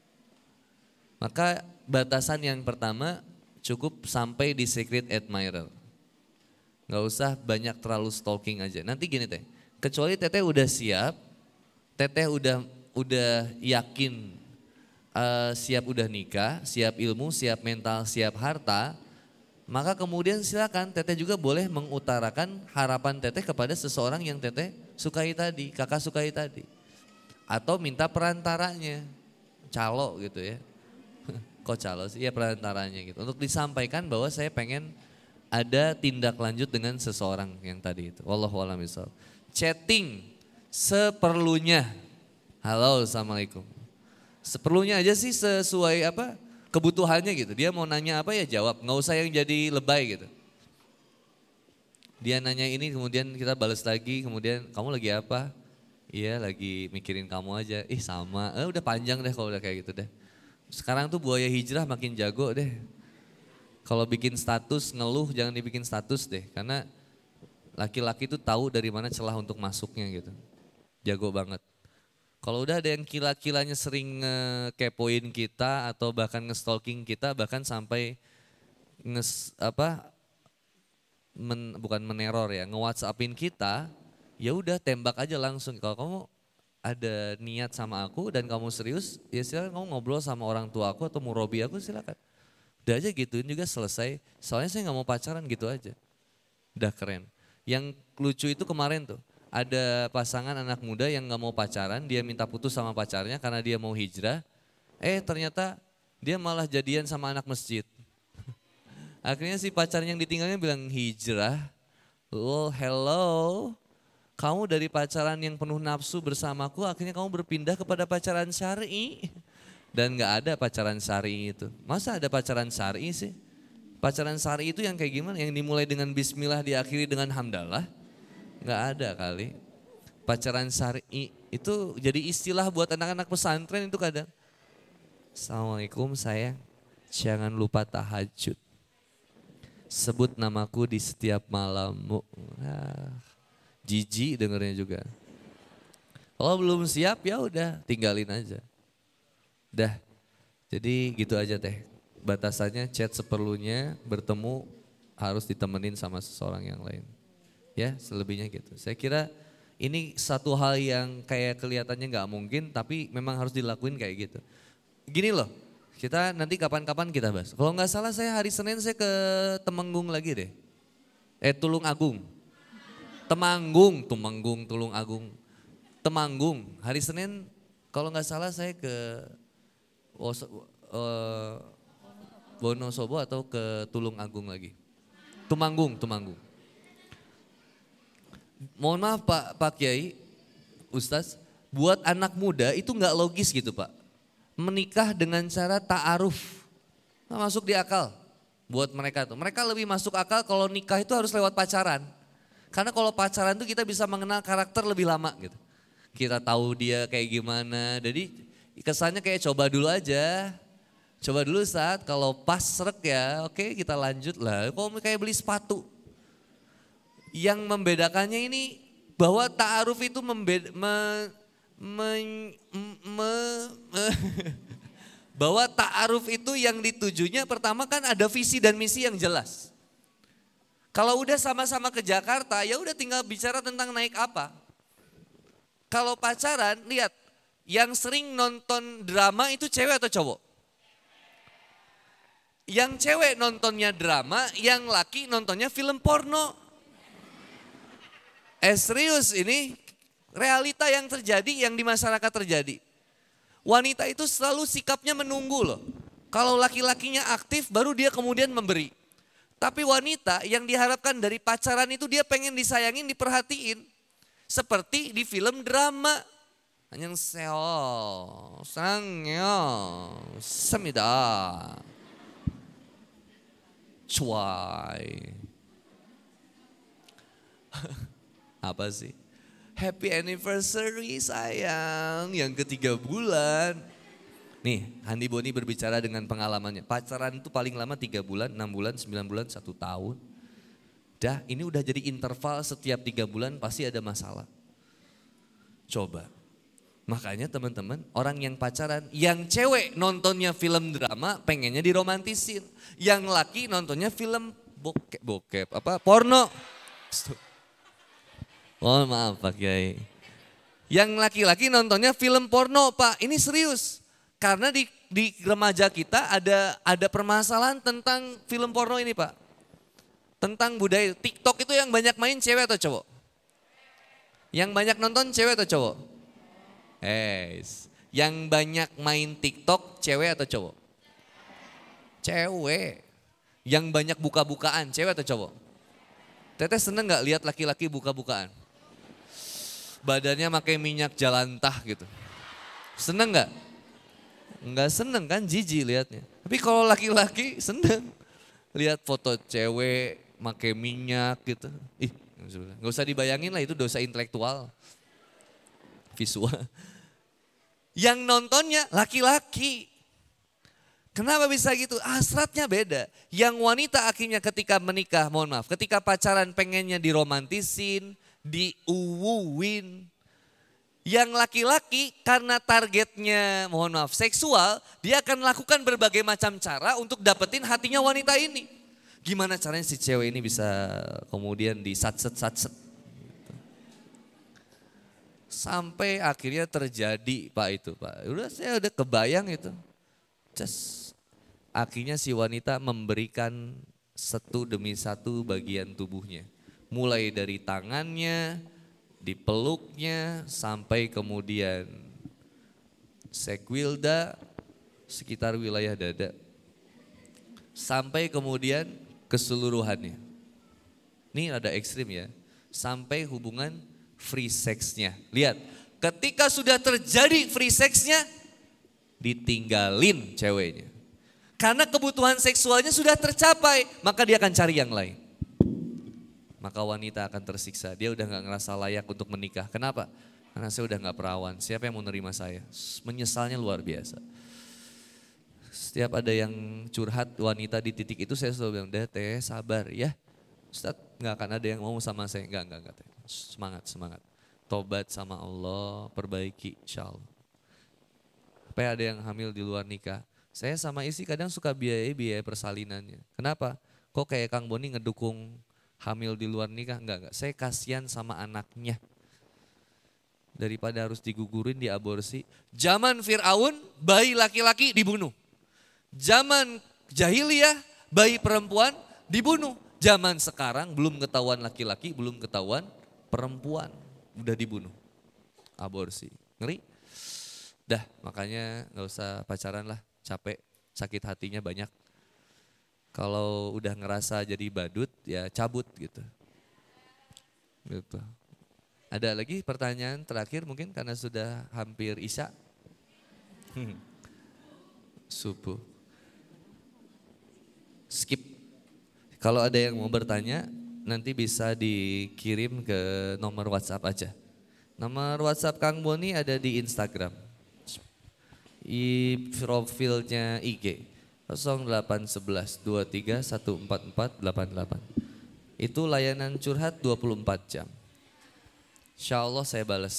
Maka batasan yang pertama cukup sampai di secret admirer. Gak usah banyak terlalu stalking aja. Nanti gini teh, kecuali teteh udah siap, teteh udah yakin, siap udah nikah, siap ilmu, siap mental, siap harta, maka kemudian silakan teteh juga boleh mengutarakan harapan teteh kepada seseorang yang teteh sukai tadi, kakak sukai tadi. Atau minta perantaranya, calo gitu ya. Kok calo sih? Ya perantaranya gitu. Untuk disampaikan bahwa saya pengen ada tindak lanjut dengan seseorang yang tadi itu. Wallahu a'lam bishawab. Chatting seperlunya. Halo, assalamualaikum. Seperlunya aja sih sesuai apa kebutuhannya gitu. Dia mau nanya apa ya jawab, nggak usah yang jadi lebay gitu. Dia nanya ini kemudian kita balas lagi, kemudian kamu lagi apa? Iya lagi mikirin kamu aja. Ih sama, udah panjang deh kalau udah kayak gitu deh. Sekarang tuh buaya hijrah makin jago deh. Kalau bikin status ngeluh jangan dibikin status deh. Karena laki-laki tuh tahu dari mana celah untuk masuknya gitu. Jago banget. Kalau udah ada yang kila-kilanya sering kepoin kita atau bahkan nge-stalking kita, bahkan sampai bukan meneror ya, nge-WhatsAppin kita, ya udah tembak aja langsung. Kalau kamu ada niat sama aku dan kamu serius, ya silakan kamu ngobrol sama orang tua aku atau murabi aku silakan. Udah aja gituin juga selesai. Soalnya saya nggak mau pacaran gitu aja. Udah keren. Yang lucu itu kemarin tuh. Ada pasangan anak muda yang gak mau pacaran, dia minta putus sama pacarnya karena dia mau hijrah. Ternyata dia malah jadian sama anak masjid. Akhirnya si pacarnya yang ditinggalnya bilang hijrah. Oh hello, kamu dari pacaran yang penuh nafsu bersamaku akhirnya kamu berpindah kepada pacaran syar'i. Dan gak ada pacaran syar'i itu. Masa ada pacaran syar'i sih? Pacaran syar'i itu yang kayak gimana? Yang dimulai dengan bismillah diakhiri dengan hamdalah? Nggak ada kali. Pacaran syar'i itu jadi istilah buat anak-anak pesantren itu kadang. Assalamualaikum sayang, jangan lupa tahajud. Sebut namaku di setiap malammu. Jijik dengernya juga. Kalau belum siap ya udah tinggalin aja. Dah, jadi gitu aja teh. Batasannya chat seperlunya, bertemu harus ditemenin sama seseorang yang lain. Ya selebihnya gitu. Saya kira ini satu hal yang kayak kelihatannya nggak mungkin tapi memang harus dilakuin kayak gitu. Gini loh, kita nanti kapan-kapan kita bahas. Kalau nggak salah saya hari Senin saya ke Temanggung lagi deh. Tulung Agung. Tulung Agung. Temanggung, hari Senin kalau nggak salah saya ke Wonosobo atau ke Tulung Agung lagi. Temanggung. Mohon maaf Pak Kiai, Ustaz, buat anak muda itu nggak logis gitu Pak. Menikah dengan cara ta'aruf, nggak masuk di akal buat mereka tuh. Mereka lebih masuk akal kalau nikah itu harus lewat pacaran. Karena kalau pacaran tuh kita bisa mengenal karakter lebih lama gitu. Kita tahu dia kayak gimana, jadi kesannya kayak coba dulu aja. Coba dulu saat kalau pas srek ya oke kita lanjut lah. Kalau kayak beli sepatu. Yang membedakannya ini bahwa ta'aruf itu bahwa ta'aruf itu yang ditujunya pertama kan ada visi dan misi yang jelas. Kalau udah sama-sama ke Jakarta ya udah tinggal bicara tentang naik apa. Kalau pacaran lihat yang sering nonton drama itu cewek atau cowok? Yang cewek nontonnya drama, yang laki nontonnya film porno. Serius ini realita yang terjadi yang di masyarakat terjadi. Wanita itu selalu sikapnya menunggu loh. Kalau laki-lakinya aktif baru dia kemudian memberi. Tapi wanita yang diharapkan dari pacaran itu dia pengen disayangin, diperhatiin. Seperti di film drama. Annyeonghaseyo, sangyo, semida, cuai. Apa sih? Happy anniversary sayang, yang ke-3 bulan. Nih, Handi Boni berbicara dengan pengalamannya. Pacaran itu paling lama 3 bulan, 6 bulan, 9 bulan, 1 tahun. Dah, ini udah jadi interval setiap 3 bulan pasti ada masalah. Coba. Makanya teman-teman, orang yang pacaran, yang cewek nontonnya film drama pengennya diromantisin. Yang laki nontonnya film bokep, porno. Oh maaf Pak Kiai. Yang laki-laki nontonnya film porno Pak, ini serius. Karena di remaja kita ada permasalahan tentang film porno ini Pak. Tentang budaya, TikTok itu yang banyak main cewek atau cowok? Yang banyak nonton cewek atau cowok? Yang banyak main TikTok cewek atau cowok? Cewek. Yang banyak buka-bukaan cewek atau cowok? Teteh seneng gak lihat laki-laki buka-bukaan? Badannya pakai minyak jalantah gitu. Seneng gak? Enggak seneng kan, jijik liatnya. Tapi kalau laki-laki seneng. Lihat foto cewek pakai minyak gitu. Gak usah dibayangin lah, itu dosa intelektual. Visual. Yang nontonnya laki-laki. Kenapa bisa gitu? Hasratnya beda. Yang wanita akhirnya ketika menikah, mohon maaf, ketika pacaran pengennya diromantisin, diuwuin. Yang laki-laki karena targetnya, mohon maaf, seksual, dia akan lakukan berbagai macam cara untuk dapetin hatinya wanita ini. Gimana caranya si cewek ini bisa kemudian disatset-satset. Sampai akhirnya terjadi Pak itu Pak. Saya udah kebayang itu. Akhirnya si wanita memberikan satu demi satu bagian tubuhnya. Mulai dari tangannya, dipeluknya, sampai kemudian sekwilda sekitar wilayah dada. Sampai kemudian keseluruhannya. Ini ada ekstrim ya. Sampai hubungan free sex-nya. Lihat, ketika sudah terjadi free sex-nya, ditinggalin ceweknya. Karena kebutuhan seksualnya sudah tercapai, maka dia akan cari yang lain. Maka wanita akan tersiksa, dia udah gak ngerasa layak untuk menikah. Kenapa? Karena saya udah gak perawan, siapa yang mau nerima saya? Menyesalnya luar biasa. Setiap ada yang curhat wanita di titik itu, saya selalu bilang, teh sabar ya. Ustaz gak akan ada yang mau sama saya, enggak teh. Semangat. Tobat sama Allah, perbaiki insya Allah. Supaya ada yang hamil di luar nikah. Saya sama istri kadang suka biaya persalinannya. Kenapa? Kok kayak Kang Boni ngedukung hamil di luar nikah? Enggak. Saya kasihan sama anaknya. Daripada harus digugurin, diaborsi. Zaman Fir'aun, bayi laki-laki dibunuh. Zaman jahiliyah, bayi perempuan dibunuh. Zaman sekarang belum ketahuan laki-laki, belum ketahuan perempuan. Udah dibunuh. Aborsi. Ngeri? Dah, makanya gak usah pacaran lah. Capek, sakit hatinya banyak. Kalau udah ngerasa jadi badut, ya cabut gitu. Gitu. Ada lagi pertanyaan terakhir mungkin karena sudah hampir isya. Subuh. Skip. Kalau ada yang mau bertanya, nanti bisa dikirim ke nomor WhatsApp aja. Nomor WhatsApp Kang Boni ada di Instagram. Profilnya IG 0811 23 144 88. Itu layanan curhat 24 jam. Insya Allah saya balas.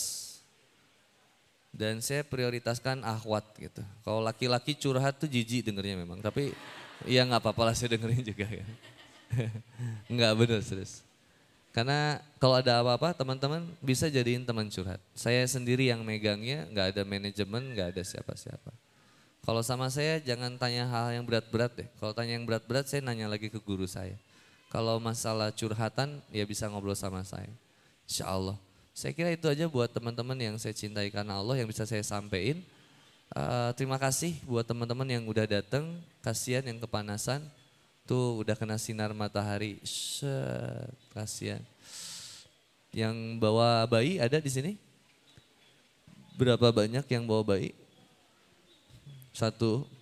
Dan saya prioritaskan akhwat gitu. Kalau laki-laki curhat tuh jijik dengernya memang. Tapi ya gak apa-apa lah saya dengerin juga ya. Enggak bener serius. Karena kalau ada apa-apa teman-teman bisa jadiin teman curhat. Saya sendiri yang megangnya, gak ada manajemen, gak ada siapa-siapa. Kalau sama saya jangan tanya hal yang berat-berat deh. Kalau tanya yang berat-berat saya nanya lagi ke guru saya. Kalau masalah curhatan ya bisa ngobrol sama saya. Insya Allah. Saya kira itu aja buat teman-teman yang saya cintai karena Allah yang bisa saya sampaikan. Terima kasih buat teman-teman yang udah datang. Kasihan yang kepanasan. Tuh udah kena sinar matahari. Kasihan. Yang bawa bayi ada di sini? Berapa banyak yang bawa bayi? 1.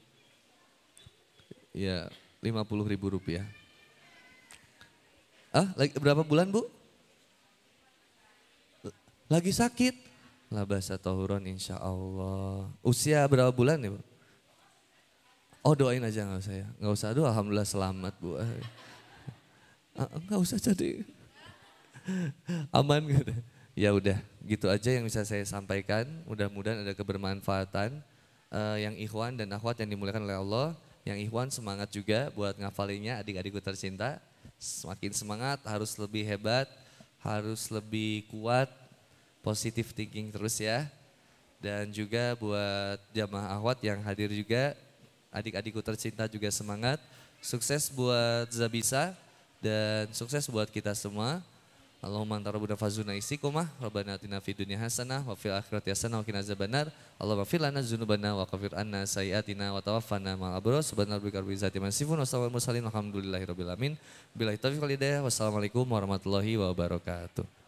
Ya, 50.000 rupiah. Berapa bulan Bu? Lagi sakit? Labasa tahuron insya Allah. Usia berapa bulan ya Bu? Oh doain aja nggak usah ya. Nggak usah, aduh alhamdulillah selamat Bu. Nggak usah jadi. Aman gitu. Ya udah gitu aja yang bisa saya sampaikan. Mudah-mudahan ada kebermanfaatan. Yang ikhwan dan akhwat yang dimuliakan oleh Allah. Yang ikhwan semangat juga buat ngafalinya adik-adikku tercinta. Semakin semangat, harus lebih hebat, harus lebih kuat, positive thinking terus ya. Dan juga buat jamaah akhwat yang hadir juga, adik-adikku tercinta juga semangat. Sukses buat Zabisa dan sukses buat kita semua. Allahumma anta rabbuna fazuna istiqomah, rabbana atina fid dunya hasanah wa fil akhirati hasanah wa qina azabannar. Allahumma fir lana dzunubana wa kafir anna sayyiatina wa tawaffana ma'al abrar. Subhana rabbika rabbil izzati amma yasifun wa salamun mursalin walhamdulillahi rabbil alamin. Billahi taufiq wal hidayah. Wassalamualaikum warahmatullahi wabarakatuh.